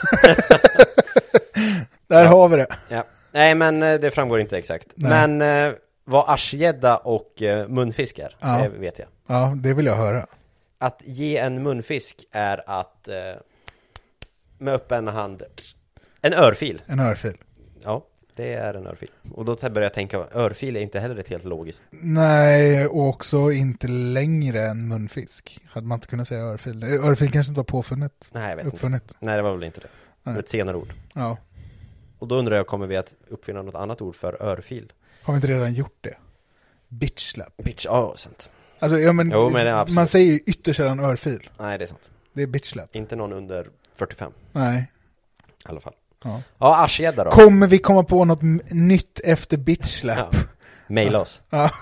Där har vi det. Ja. Nej, men det framgår inte exakt. Nej. Men vad aschgädda och munfisk är, Ja. det vet jag. Ja, det vill jag höra. Att ge en munfisk är att med öppen hand en örfil. En örfil. Ja, det är en örfil. Och då börjar jag tänka, örfil är inte heller ett helt logiskt. Nej, och också inte längre än munfisk. Hade man inte kunnat säga örfil. Örfil kanske inte var påfunnet. Nej, jag vet Uppfunnet. inte. Nej, det var väl inte det. Det var ett senare ord. Ja. Och då undrar jag, kommer vi att uppfinna något annat ord för örfil? Har vi inte redan gjort det? Bitch slap. Bitch, ja, sant. Alltså, ja, men, Jo, men det är absolut. man säger ju ytterst sällan örfil. Nej, det är sant. Det är bitch slap. Inte någon under 45 Nej. i alla fall. Ja. Ja, aschgädda då. Kommer vi komma på något nytt efter bitch slap? Ja. Maila oss. Ja.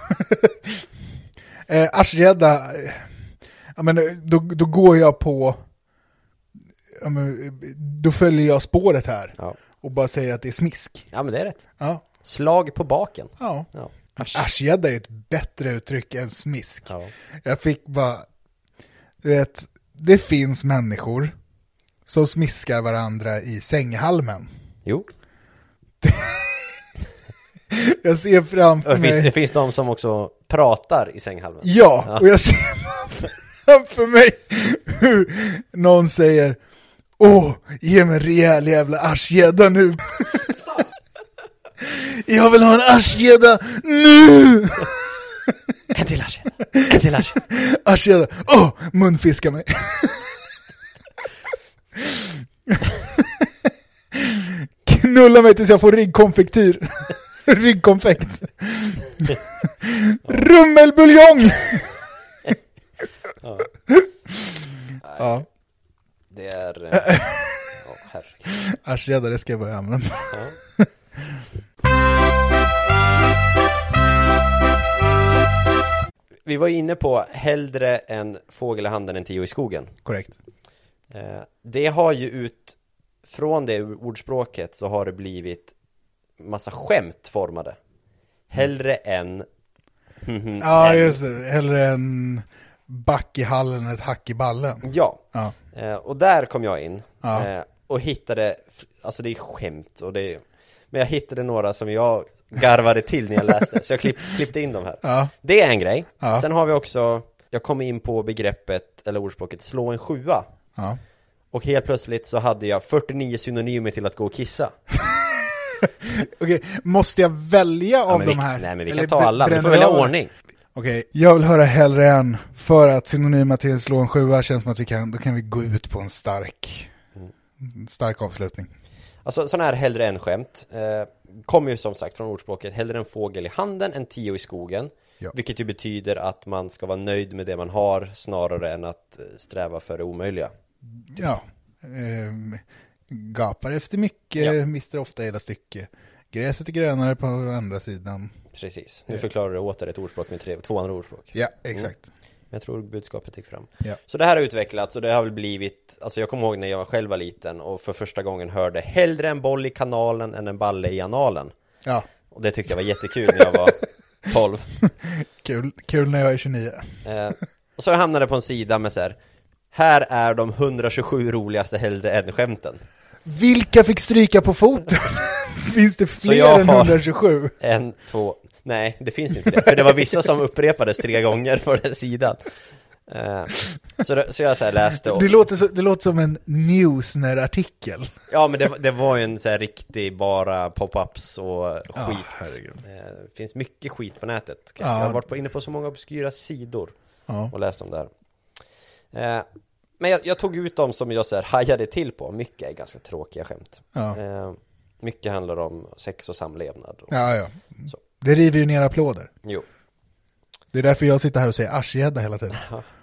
Aschgädda, ja, men då går jag på, ja, men, då följer jag spåret här Ja. och bara säger att det är smisk. Ja, men det är rätt. Ja. Slag på baken. Ja. Ja. Aschgädda är ett bättre uttryck än smisk. Ja. Jag fick bara, du vet, det finns människor som smiskar varandra i sänghalmen. Jo. Jag ser framför mig... Det finns de som också pratar i sänghalmen. Ja, och jag ser framför mig hur någon säger: åh, ge mig en rejäl jävla aschgädda nu. Jag vill ha en aschgädda nu. En till aschgädda. En till aschgädda. Aschgädda, åh, munfiska mig. Knulla mig tills jag får ryggkonfektyr. Ryggkonfekt. Rummelbuljong. Ja. Ja. Det är... herregud. Aschgädda, det ska jag börja använda. Ja. vi var inne på hellre en fågel i handen än 10 i skogen. Korrekt. Det har ju från det ordspråket så har det blivit massa skämt formade. Hellre än Ja, just det. Hellre en back i hallen än ett hack i ballen. Ja. Och där kom jag in. Ja. Och hittade, alltså det är skämt och men jag hittade några som jag garvade till när jag läste. Så jag klippte in dem här. Ja. Det är en grej. Ja. Sen har vi också, jag kom in på begreppet eller ordspråket slå en 7. Ja. Och helt plötsligt så hade jag 49 synonymer till att gå och kissa. Okej, måste jag välja av de här? Nej, men vi kan ta alla. Vi får välja ordning. Okej, jag vill höra hellre än, för att synonyma till slå en 7 känns som att då kan vi gå ut på en stark avslutning. Alltså sån här hellre än skämt kommer ju som sagt från ordspråket hellre en fågel i handen än 10 i skogen. Ja. Vilket ju betyder att man ska vara nöjd med det man har snarare än att sträva för det omöjliga. Ja, gapar efter mycket, mister ofta hela stycke. Gräset är grönare på andra sidan. Precis, nu förklarar du åter ett ordspråk med 2 andra ordspråk. Ja, exakt. Jag tror budskapet gick fram. Ja. Så det här har utvecklats och det har väl blivit, alltså jag kommer ihåg när jag själv var liten och för första gången hörde hellre en boll i kanalen än en balle i analen. Ja. Och det tyckte jag var jättekul när jag var 12. Kul när jag är 29. Och så hamnade jag på en sida med så här är de 127 roligaste hellre än skämten. Vilka fick stryka på foten? Finns det fler än 127? 1, 2, nej det finns inte det. För det var vissa som upprepades 3 gånger på den sidan. Så jag så här läste och... Det låter som en Newsner-artikel. Ja, men det var ju en så här riktig bara pop-ups och skit. Det finns mycket skit på nätet. Jag har varit inne på så många obskyra sidor och läst om det här. Men jag tog ut dem som jag så här hajade till på. Mycket är ganska tråkiga skämt. Mycket handlar om sex och samlevnad. Och så. Det river ju ner applåder. Jo. Det är därför jag sitter här och säger arsgädda hela tiden.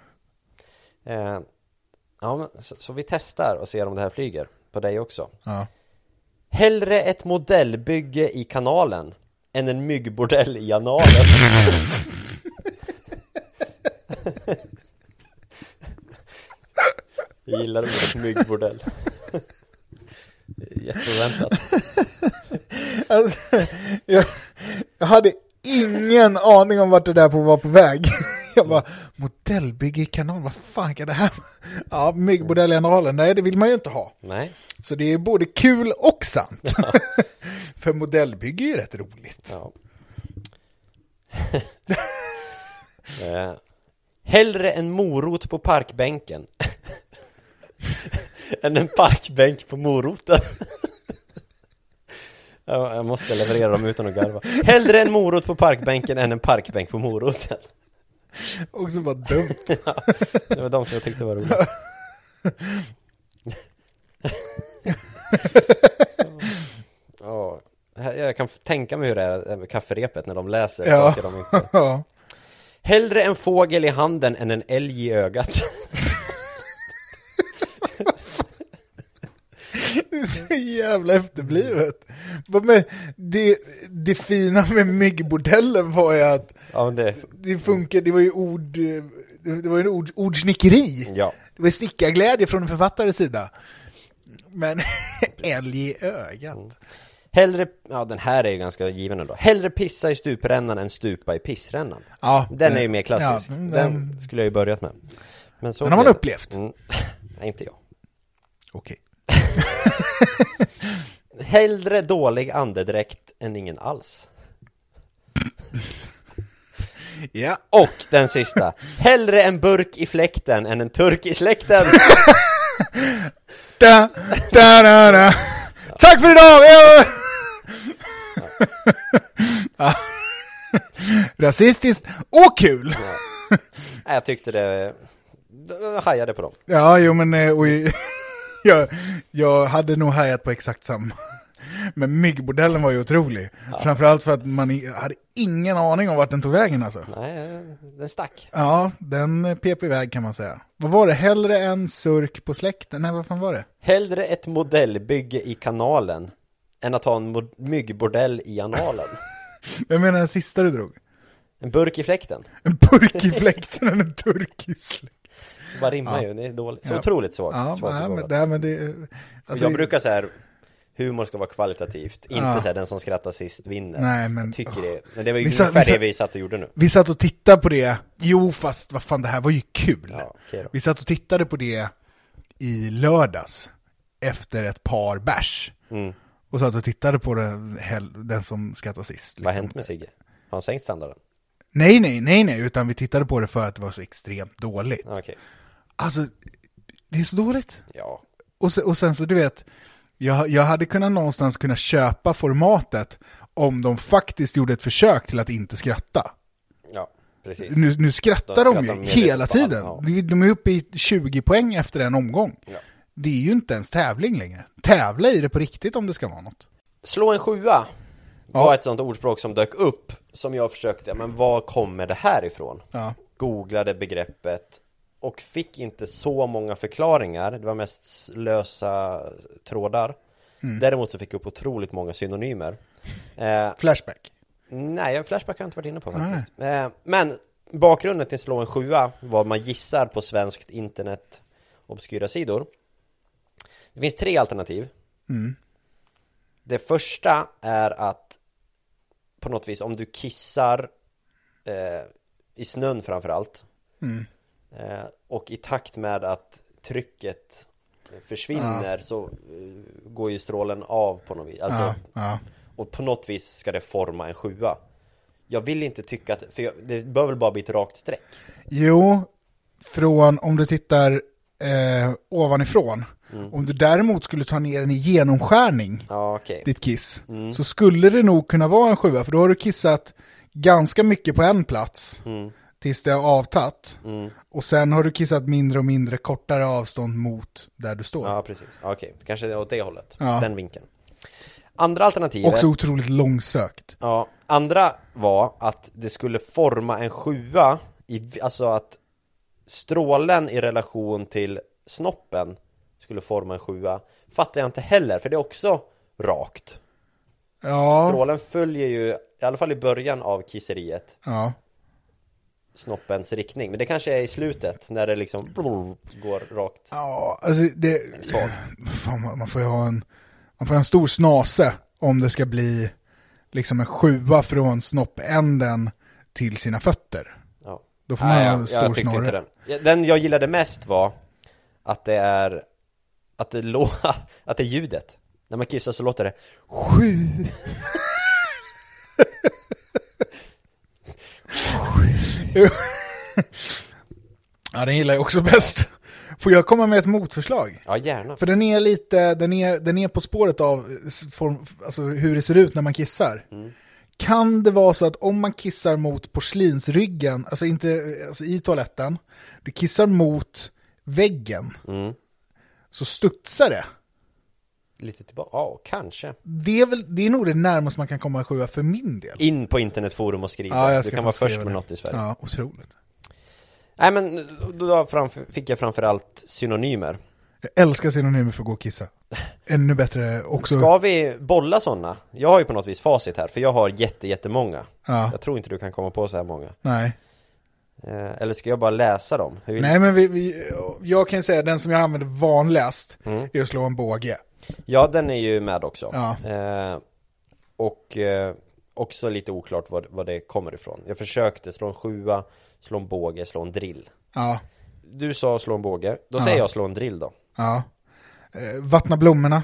Så vi testar och ser om det här flyger på dig också. Ja. Hellre ett modellbygge i kanalen än en myggbordell i analen. Jag gillar det med myggbordell. Jätteoväntat. Alltså, jag hade ingen aning om vart det där var på väg. Jag bara, modellbygge i kanal, vad fan är det här? Ja, myggbordell i analen, nej det vill man ju inte ha. Nej. Så det är både kul och sant. Ja. För modellbygge är ju rätt roligt. Ja. Hellre en morot på parkbänken än en parkbänk på moroten. Jag måste leverera dem utan att garva. Hellre en morot på parkbänken än en parkbänk på moroten. Också var dumt. Ja, det var de som jag tyckte var roligt. Jag kan tänka mig hur det är med kafferepet när de läser saker de inte... Ja. Hellre en fågel i handen än en älg i ögat. Det är så jävla efterblivet. Men det fina med myggbordellen var ju att det funkar, det var ju ordsnickeri. Ja. Det var stickarglädje från en författares sida. Men älg i ögat. Hellre, den här är ju ganska given ändå. Hellre pissa i stuprännan än stupa i pissrännan. Ja, den är ju mer klassisk. Den skulle jag ju börjat med. Men så den har man upplevt. Nej, inte jag. Okej. Hellre dålig andedräkt än ingen alls. Ja. Och den sista. Hellre en burk i fläkten än en turk i släkten. Da. Tack för idag! Ja. Rasistiskt och kul. Ja. Jag tyckte det... Jag hajade på dem. Ja, jo men... Jag hade nog hajat på exakt samma. Men myggbordellen var ju otrolig. Ja. Framförallt för att man hade ingen aning om vart den tog vägen alltså. Nej, den stack. Ja, den pep iväg kan man säga. Vad var det? Hellre en surk på släkten? Nej, vad fan var det? Hellre ett modellbygge i kanalen än att ha en myggbordell i analen. Jag menar den sista du drog. En burk i fläkten. En burk i fläkten och en turk i släkten. Det bara rimmar ju, det är dåligt. Så otroligt svagt. Ja, men det... Alltså, jag brukar så här, humor ska vara kvalitativt. Inte så här, den som skrattar sist vinner. Nej, men... Jag tycker det. Men det var ju ungefär det vi satt och gjorde nu. Vi satt och tittade på det. Jo, fast vad fan, det här var ju kul. Ja, okay då. Vi satt och tittade på det i lördags. Efter ett par bärs. Och satt och tittade på den som skrattar sist. Liksom. Vad har hänt med Sigge? Har han sänkt standarden? Nej, utan vi tittade på det för att det var så extremt dåligt. Okay. Alltså, det är så dåligt. Ja. Och sen så, du vet, jag hade kunnat någonstans kunna köpa formatet om de faktiskt gjorde ett försök till att inte skratta. Ja, precis. Nu skrattar de ju hela tiden. Ja. De är uppe i 20 poäng efter en omgång. Ja. Det är ju inte ens tävling längre. Tävla i det på riktigt om det ska vara något. Slå en 7 var ett sånt ordspråk som dök upp, som jag försökte, men vad kommer det här ifrån? Ja. Googlade begreppet och fick inte så många förklaringar. Det var mest lösa trådar. Däremot så fick jag upp otroligt många synonymer. Flashback? Nej, flashback har jag inte varit inne på faktiskt. Men bakgrunden till slå en 7 var man gissar på svenskt internet obskyra sidor. Det finns 3 alternativ. Det första är att på något vis, om du kissar i snön framförallt och i takt med att trycket försvinner så går ju strålen av på något vis. Alltså, och på något vis ska det forma en 7. Jag vill inte tycka att, för det bör väl bara bli ett rakt streck. Jo, från om du tittar ovanifrån. Om du däremot skulle ta ner den i genomskärning, ditt kiss, så skulle det nog kunna vara en 7, för då har du kissat ganska mycket på en plats tills det är avtatt. Och sen har du kissat mindre och mindre kortare avstånd mot där du står. Ja, precis. Okej. Kanske det är åt det hållet. Den vinkeln. Andra alternativet... Också otroligt långsökt. Ja. Andra var att det skulle forma en 7, alltså att strålen i relation till snoppen skulle forma en 7. Fattar jag inte heller, för det är också rakt. Ja. Strålen följer ju, i alla fall i början av kisseriet, snoppens riktning. Men det kanske är i slutet, när det liksom går rakt. Ja, alltså det fan, man får ju ha en stor snase om det ska bli liksom en 7 från snoppänden till sina fötter. Ja. Då får man ha en stor jag tyckte snorre. inte den jag gillade mest var att det är att det är ljudet. När man kissar så låter det 7. Ja, den gillar jag också bäst. Får jag komma med ett motförslag? Ja, gärna. För den är lite, den är på spåret av alltså hur det ser ut när man kissar. Kan det vara så att om man kissar mot porslinsryggen, alltså i toaletten, du kissar mot väggen, så studsar det. Lite tillbaka, ja, kanske. Det är nog det närmaste man kan komma att 7 för min del. In på internetforum och skriva. Ja, du kan vara först med något i Sverige. Ja, otroligt. Nej, men då fick jag framförallt synonymer. Jag älskar synonymer för att gå och kissa. Ännu bättre också. Ska vi bolla sådana? Jag har ju på något vis facit här, för jag har jättemånga. Ja. Jag tror inte du kan komma på så här många. Nej. Eller ska jag bara läsa dem? Nej, men jag kan säga den som jag använder vanligast är att slå en båge. Ja, den är ju med också. Ja. Och också lite oklart vad det kommer ifrån. Jag försökte slå en 7, slå en båge, slå en drill. Ja. Du sa slå en båge. Då säger jag slå en drill då. Ja. Vattna blommorna.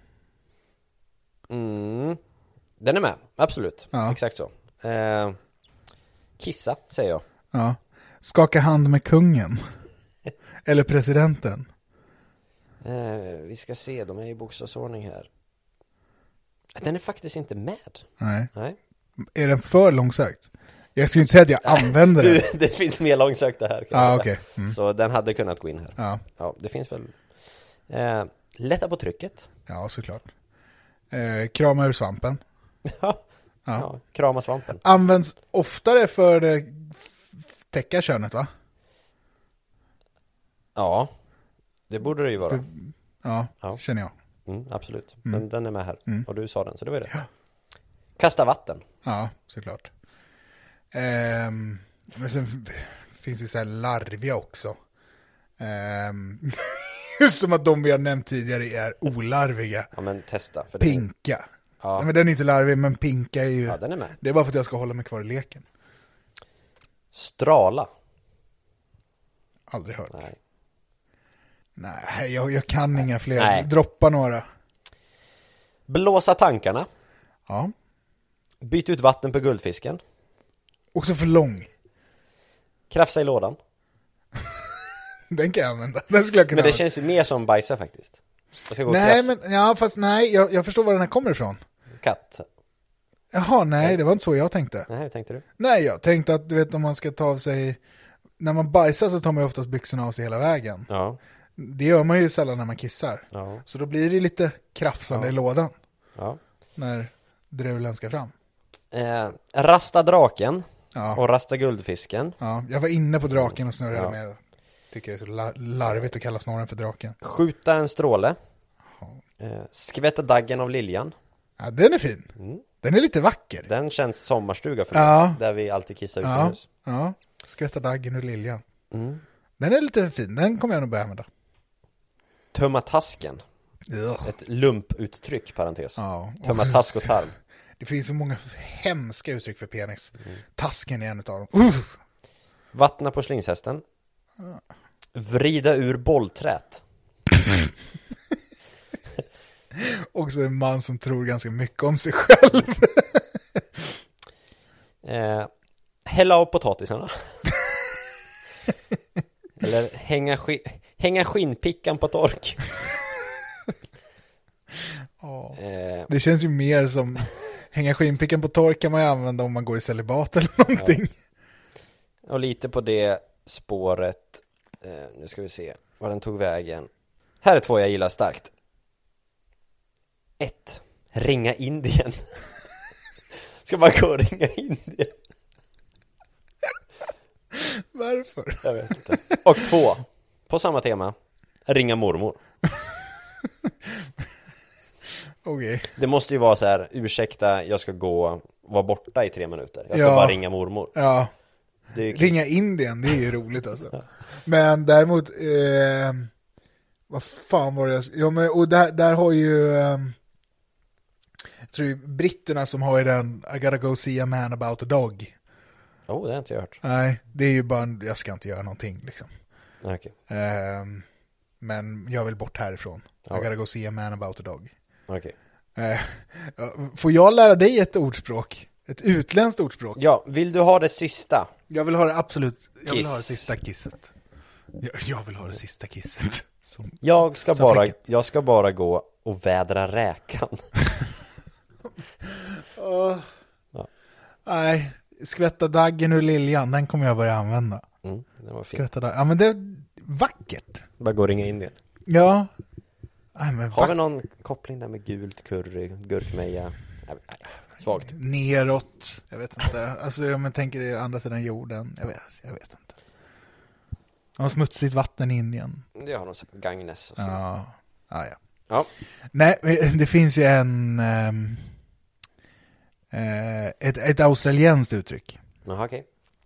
Den är med, absolut. Ja. Exakt så. Kissa, säger jag. Ja. Skaka hand med kungen. Eller presidenten. Vi ska se, de är i bokstavsordning här. Den är faktiskt inte med. Nej. Är den för långsökt? Jag skulle inte säga att jag använder den. Det finns mer långsökta här. Okay. Så den hade kunnat gå in här. Ja, det finns väl. Lätta på trycket. Ja, såklart. Krama ur svampen. Ja, krama svampen. Används oftare för det täcka könet, va? Ja, det borde det ju vara. Ja, känner jag. Absolut, men den är med här. Och du sa den, så det var det. Ja. Kasta vatten. Ja, såklart. Men sen finns det så här larviga också. Just som att de vi har nämnt tidigare är olarviga. Ja, men testa. För Pinka. Ja. Nej, men den är inte larvig, men pinka är ju... Ja, den är med. Det är bara för att jag ska hålla mig kvar i leken. Strala. Aldrig hört. Nej. Nej, jag kan inga fler. Nej. Droppa några. Blåsa tankarna. Ja. Byt ut vatten på guldfisken. Också för lång. Krafsa i lådan. Den kan jag använda. Den skulle jag kunna Men det använda. känns ju mer som bajsa faktiskt. Jag ska gå och Nej, krafsa. men ja, fast nej, jag förstår var den här kommer ifrån. Katt. Jaha, nej, det var inte så jag tänkte. Nej, hur tänkte du? Nej, jag tänkte att du vet om man ska ta av sig... När man bajsar så tar man ju oftast byxorna av sig hela vägen. Ja. Det gör man ju sällan när man kissar. Ja. Så då blir det lite krafsande i lådan Ja. när drulen ska fram. Rasta draken Ja. och rasta guldfisken. Ja, jag var inne på draken och snurrade Ja. med. Tycker det är så larvigt att kalla snorren för draken. Skjuta en stråle. Skvätta daggen av liljan. Ja, den är fin. Den är lite vacker. Den känns sommarstuga för mig. Ja. Där vi alltid kissar Ja, utomhus. ja. Skvätta daggen ur liljan. Mm. Den är lite fin. Den kommer jag nog börja använda. Tömma tasken. Ugh. Ett lumputtryck, parentes. Ja. Tömma task och tarm. Det finns så många hemska uttryck för penis. Tasken är en av dem. Vattna porslinshästen. Vrida ur bollträt. Också en man som tror ganska mycket om sig själv. Hälla av potatisarna. Eller hänga skinnpickan på tork. Ja. Det känns ju mer som hänga skinnpickan på tork kan man ju använda om man går i celibat eller någonting. Och lite på det spåret. Nu ska vi se var den tog vägen. Här är 2 jag gillar starkt. 1. Ringa Indien. Ska bara gå och ringa Indien. Varför? Jag vet inte. Och 2. På samma tema. Ringa mormor. Okej. Det måste ju vara så här: ursäkta, jag ska vara borta i 3 minuter. Jag ska Ja. bara ringa mormor. Ja. Det är ju Ringa Indien, det är ju roligt alltså. Men däremot, vad fan var det? Ja, men, och där har ju, jag tror britterna som har ju den I gotta go see a man about a dog. det har inte jag hört. Nej, det är ju bara, jag ska inte göra någonting liksom. Okej. Men jag vill bort härifrån. I gotta go see a man about a dog. Okej. Får jag lära dig ett ordspråk? Ett utländskt ordspråk? Ja, vill du ha det sista? Jag vill ha det absolut. Jag vill Kiss. ha det sista kisset. Jag vill ha det sista kisset. Jag ska som bara fläcket. jag ska bara gå och vädra räkan. Ja. Nej, skvätta daggen ur liljan, den kommer jag börja använda. Det var fint. Skvätta daggen. Ja, men det är vackert. Bara gå och ringa in det. Ja. Nej, men Har vi någon koppling där med gult curry, gurkmeja? Nej, svagt. neråt. Jag vet inte. Alltså jag tänker det är andra sidan jorden. Jag vet inte. De har smutsigt vatten i Indien. Det har de sagt, Gagnes och så. Ja. Ja. Nej, det finns ju ett australienskt uttryck. Jaha, okej.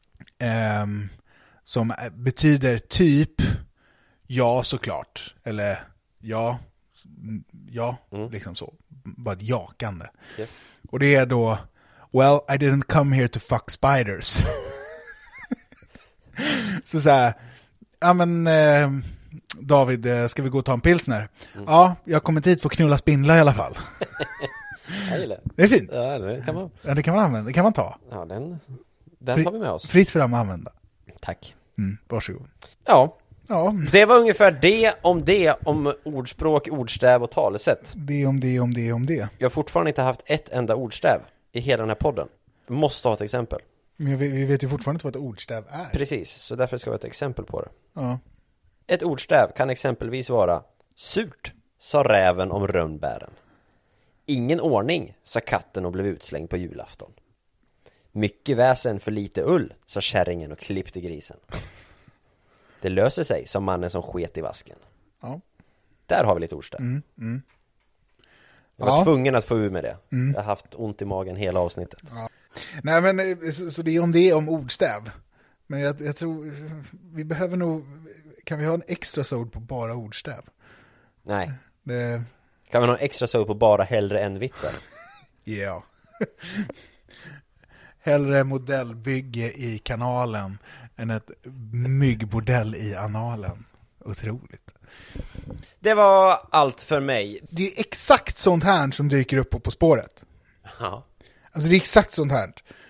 Som betyder typ ja såklart. Eller ja, liksom så. Bara ett jakande. Yes. Och det är då well, I didn't come here to fuck spiders. så här, ja men David, ska vi gå och ta en pilsner? Ja, jag kommer hit för att knulla spindlar i alla fall. Jag gillar det. Det är fint. Ja, det kan man. Ja, det kan man använda, det kan man ta. Ja, den tar vi med oss. Fritt fram att använda. Tack. Varsågod. Ja, Ja, det var ungefär det om ordspråk, ordstäv och talesätt. det om det. Jag har fortfarande inte haft ett enda ordstäv i hela den här podden. Måste ha ett exempel. Men vi vet ju fortfarande inte vad ett ordstäv är. Precis, så därför ska vi ha ett exempel på det. Ja. Ett ordstäv kan exempelvis vara: surt, sa räven om rönnbären. Ingen ordning, sa katten och blev utslängd på julafton. Mycket väsen för lite ull, sa kärringen och klippte grisen. Det löser sig, som mannen som sket i vasken. Ja. Där har vi lite ordstäv. Jag var tvungen att få ur med det. Jag har haft ont i magen hela avsnittet. Ja. Nej, men så det är om det om ordstäv. Men jag tror vi behöver nog, kan vi ha en extra sod på bara ordstäv? Nej. Det... Kan vi ha en extra sod på bara hellre än vitsar? Ja. Hellre modellbygge i kanalen än ett myggbordell i analen. Otroligt. Det var allt för mig. Det är exakt sånt här som dyker upp På spåret. Ja. Alltså det är exakt sånt här.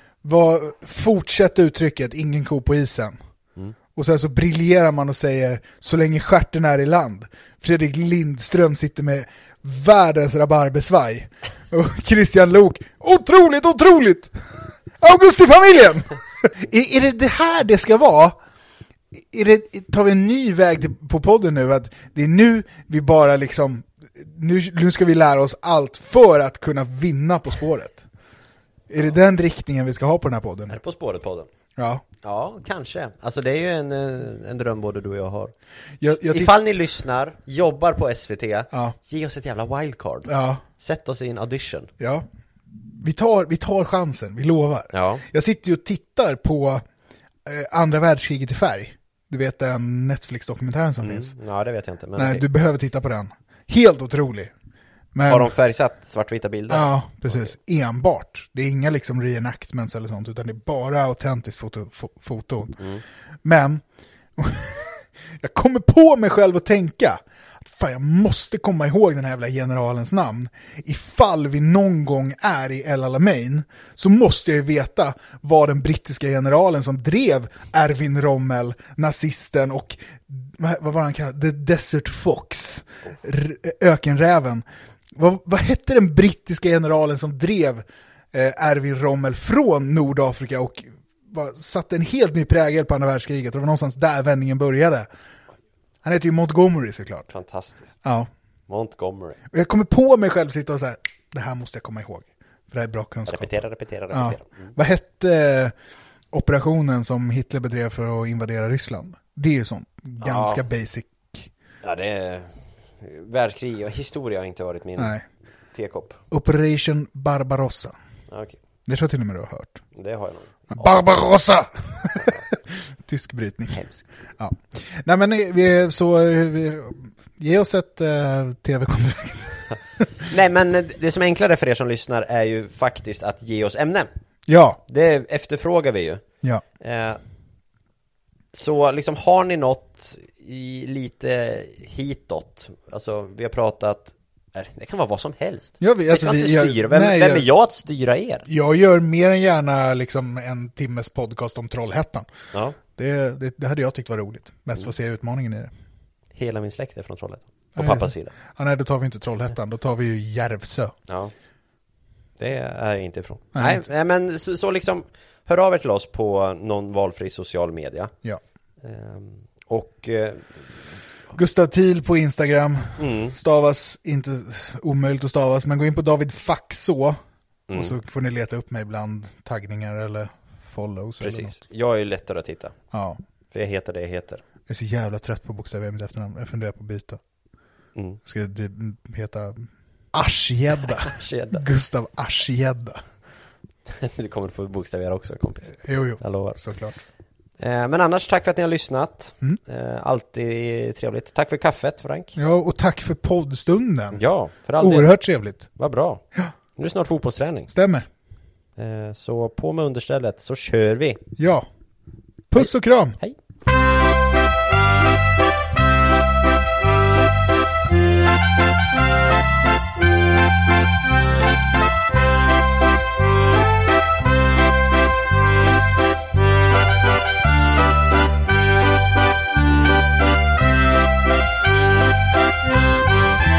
Fortsätt uttrycket, ingen ko på isen. Och sen så briljerar man och säger, så länge stjärten är i land. Fredrik Lindström sitter med världens rabarbersvaj. Och Christian Lok, otroligt! Augustifamiljen! är det här det ska vara? Tar vi en ny väg på podden nu? Att det är nu vi bara liksom, nu ska vi lära oss allt för att kunna vinna På spåret. Är det den riktningen vi ska ha på den här podden? Är det På spåret-podden? Ja. Ja, kanske. Alltså det är ju en dröm både du och jag har. Jag Ifall ni lyssnar, jobbar på SVT, Ja. ge oss ett jävla wildcard. Ja. Sätt oss i en audition. Ja. Vi tar chansen, vi lovar. Ja. Jag sitter ju och tittar på andra världskriget i färg. Du vet den Netflix-dokumentären som finns. Ja, det vet jag inte. Men Nej, okej. du behöver titta på den. Helt otrolig. Men, Har de färgsatt svartvita bilder? Ja, precis. Enbart. Det är inga liksom reenactments eller sånt, utan det är bara autentiskt foton. Men jag kommer på mig själv att tänka att fan, jag måste komma ihåg den här jävla generalens namn. Ifall vi någon gång är i El Alamein så måste jag ju veta vad den brittiska generalen som drev Erwin Rommel, nazisten och vad var han kallad? The Desert Fox, ökenräven. Vad hette den brittiska generalen som drev Erwin Rommel från Nordafrika och satte en helt ny prägel på andra världskriget? Det var någonstans där vändningen började. Han heter ju Montgomery såklart. Fantastiskt. Ja. Montgomery. Och jag kommer på mig själv sitta och säga, det här måste jag komma ihåg. För det här är bra kunskap. Repetera. Ja. Vad hette operationen som Hitler bedrev för att invadera Ryssland? Det är ju sånt ganska basic. Ja, det är världskrig och historia har inte varit min tekopp. Operation Barbarossa. Okay. Det tror jag till och med du har hört. Det har jag nog. Barbarossa! Tysk brytning. Hemskt. Ja. Nej, men ge oss ett tv-kontrakt. Nej, men det som är enklare för er som lyssnar är ju faktiskt att ge oss ämnen. Ja. Det efterfrågar vi ju. Ja. Så liksom, har ni något lite hitåt? Alltså, vi har pratat... Det kan vara vad som helst. Ja, Vem är jag att styra er? Jag gör mer än gärna liksom en timmes podcast om Trollhättan. Ja. Det hade jag tyckt var roligt. Mest för att se utmaningen i det. Hela min släkt är från Trollhättan. På pappas sida. Ja, nej, då tar vi inte Trollhättan. Då tar vi ju Järvsö. Ja. Det är jag inte ifrån. Nej, men så liksom, hör av er till oss på någon valfri social media. Ja. Och... Gustav Thiel på Instagram. Stavas inte omöjligt att stavas, men gå in på David Faxå och så får ni leta upp mig bland taggningar eller follows. Precis. Eller något. Jag är ju lättare att hitta. Ja. För jag heter det jag heter. Jag är så jävla trött på bokstäver i mitt efternamn. Jag funderar på att byta. Ska det heta Aschgädda? Gustav Aschgädda. Du kommer få bokstäver också, kompis. Jo, jag lovar. Såklart. Men annars, tack för att ni har lyssnat. Alltid trevligt. Tack för kaffet, Frank. Ja, och tack för poddstunden. Ja, för all del. Oerhört trevligt. Vad bra. Ja. Nu är det snart fotbollsträning. Stämmer. Så på med understället så kör vi. Ja. Puss och kram. Hej.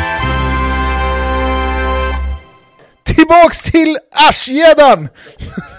Tillbaks till Aschgäddan!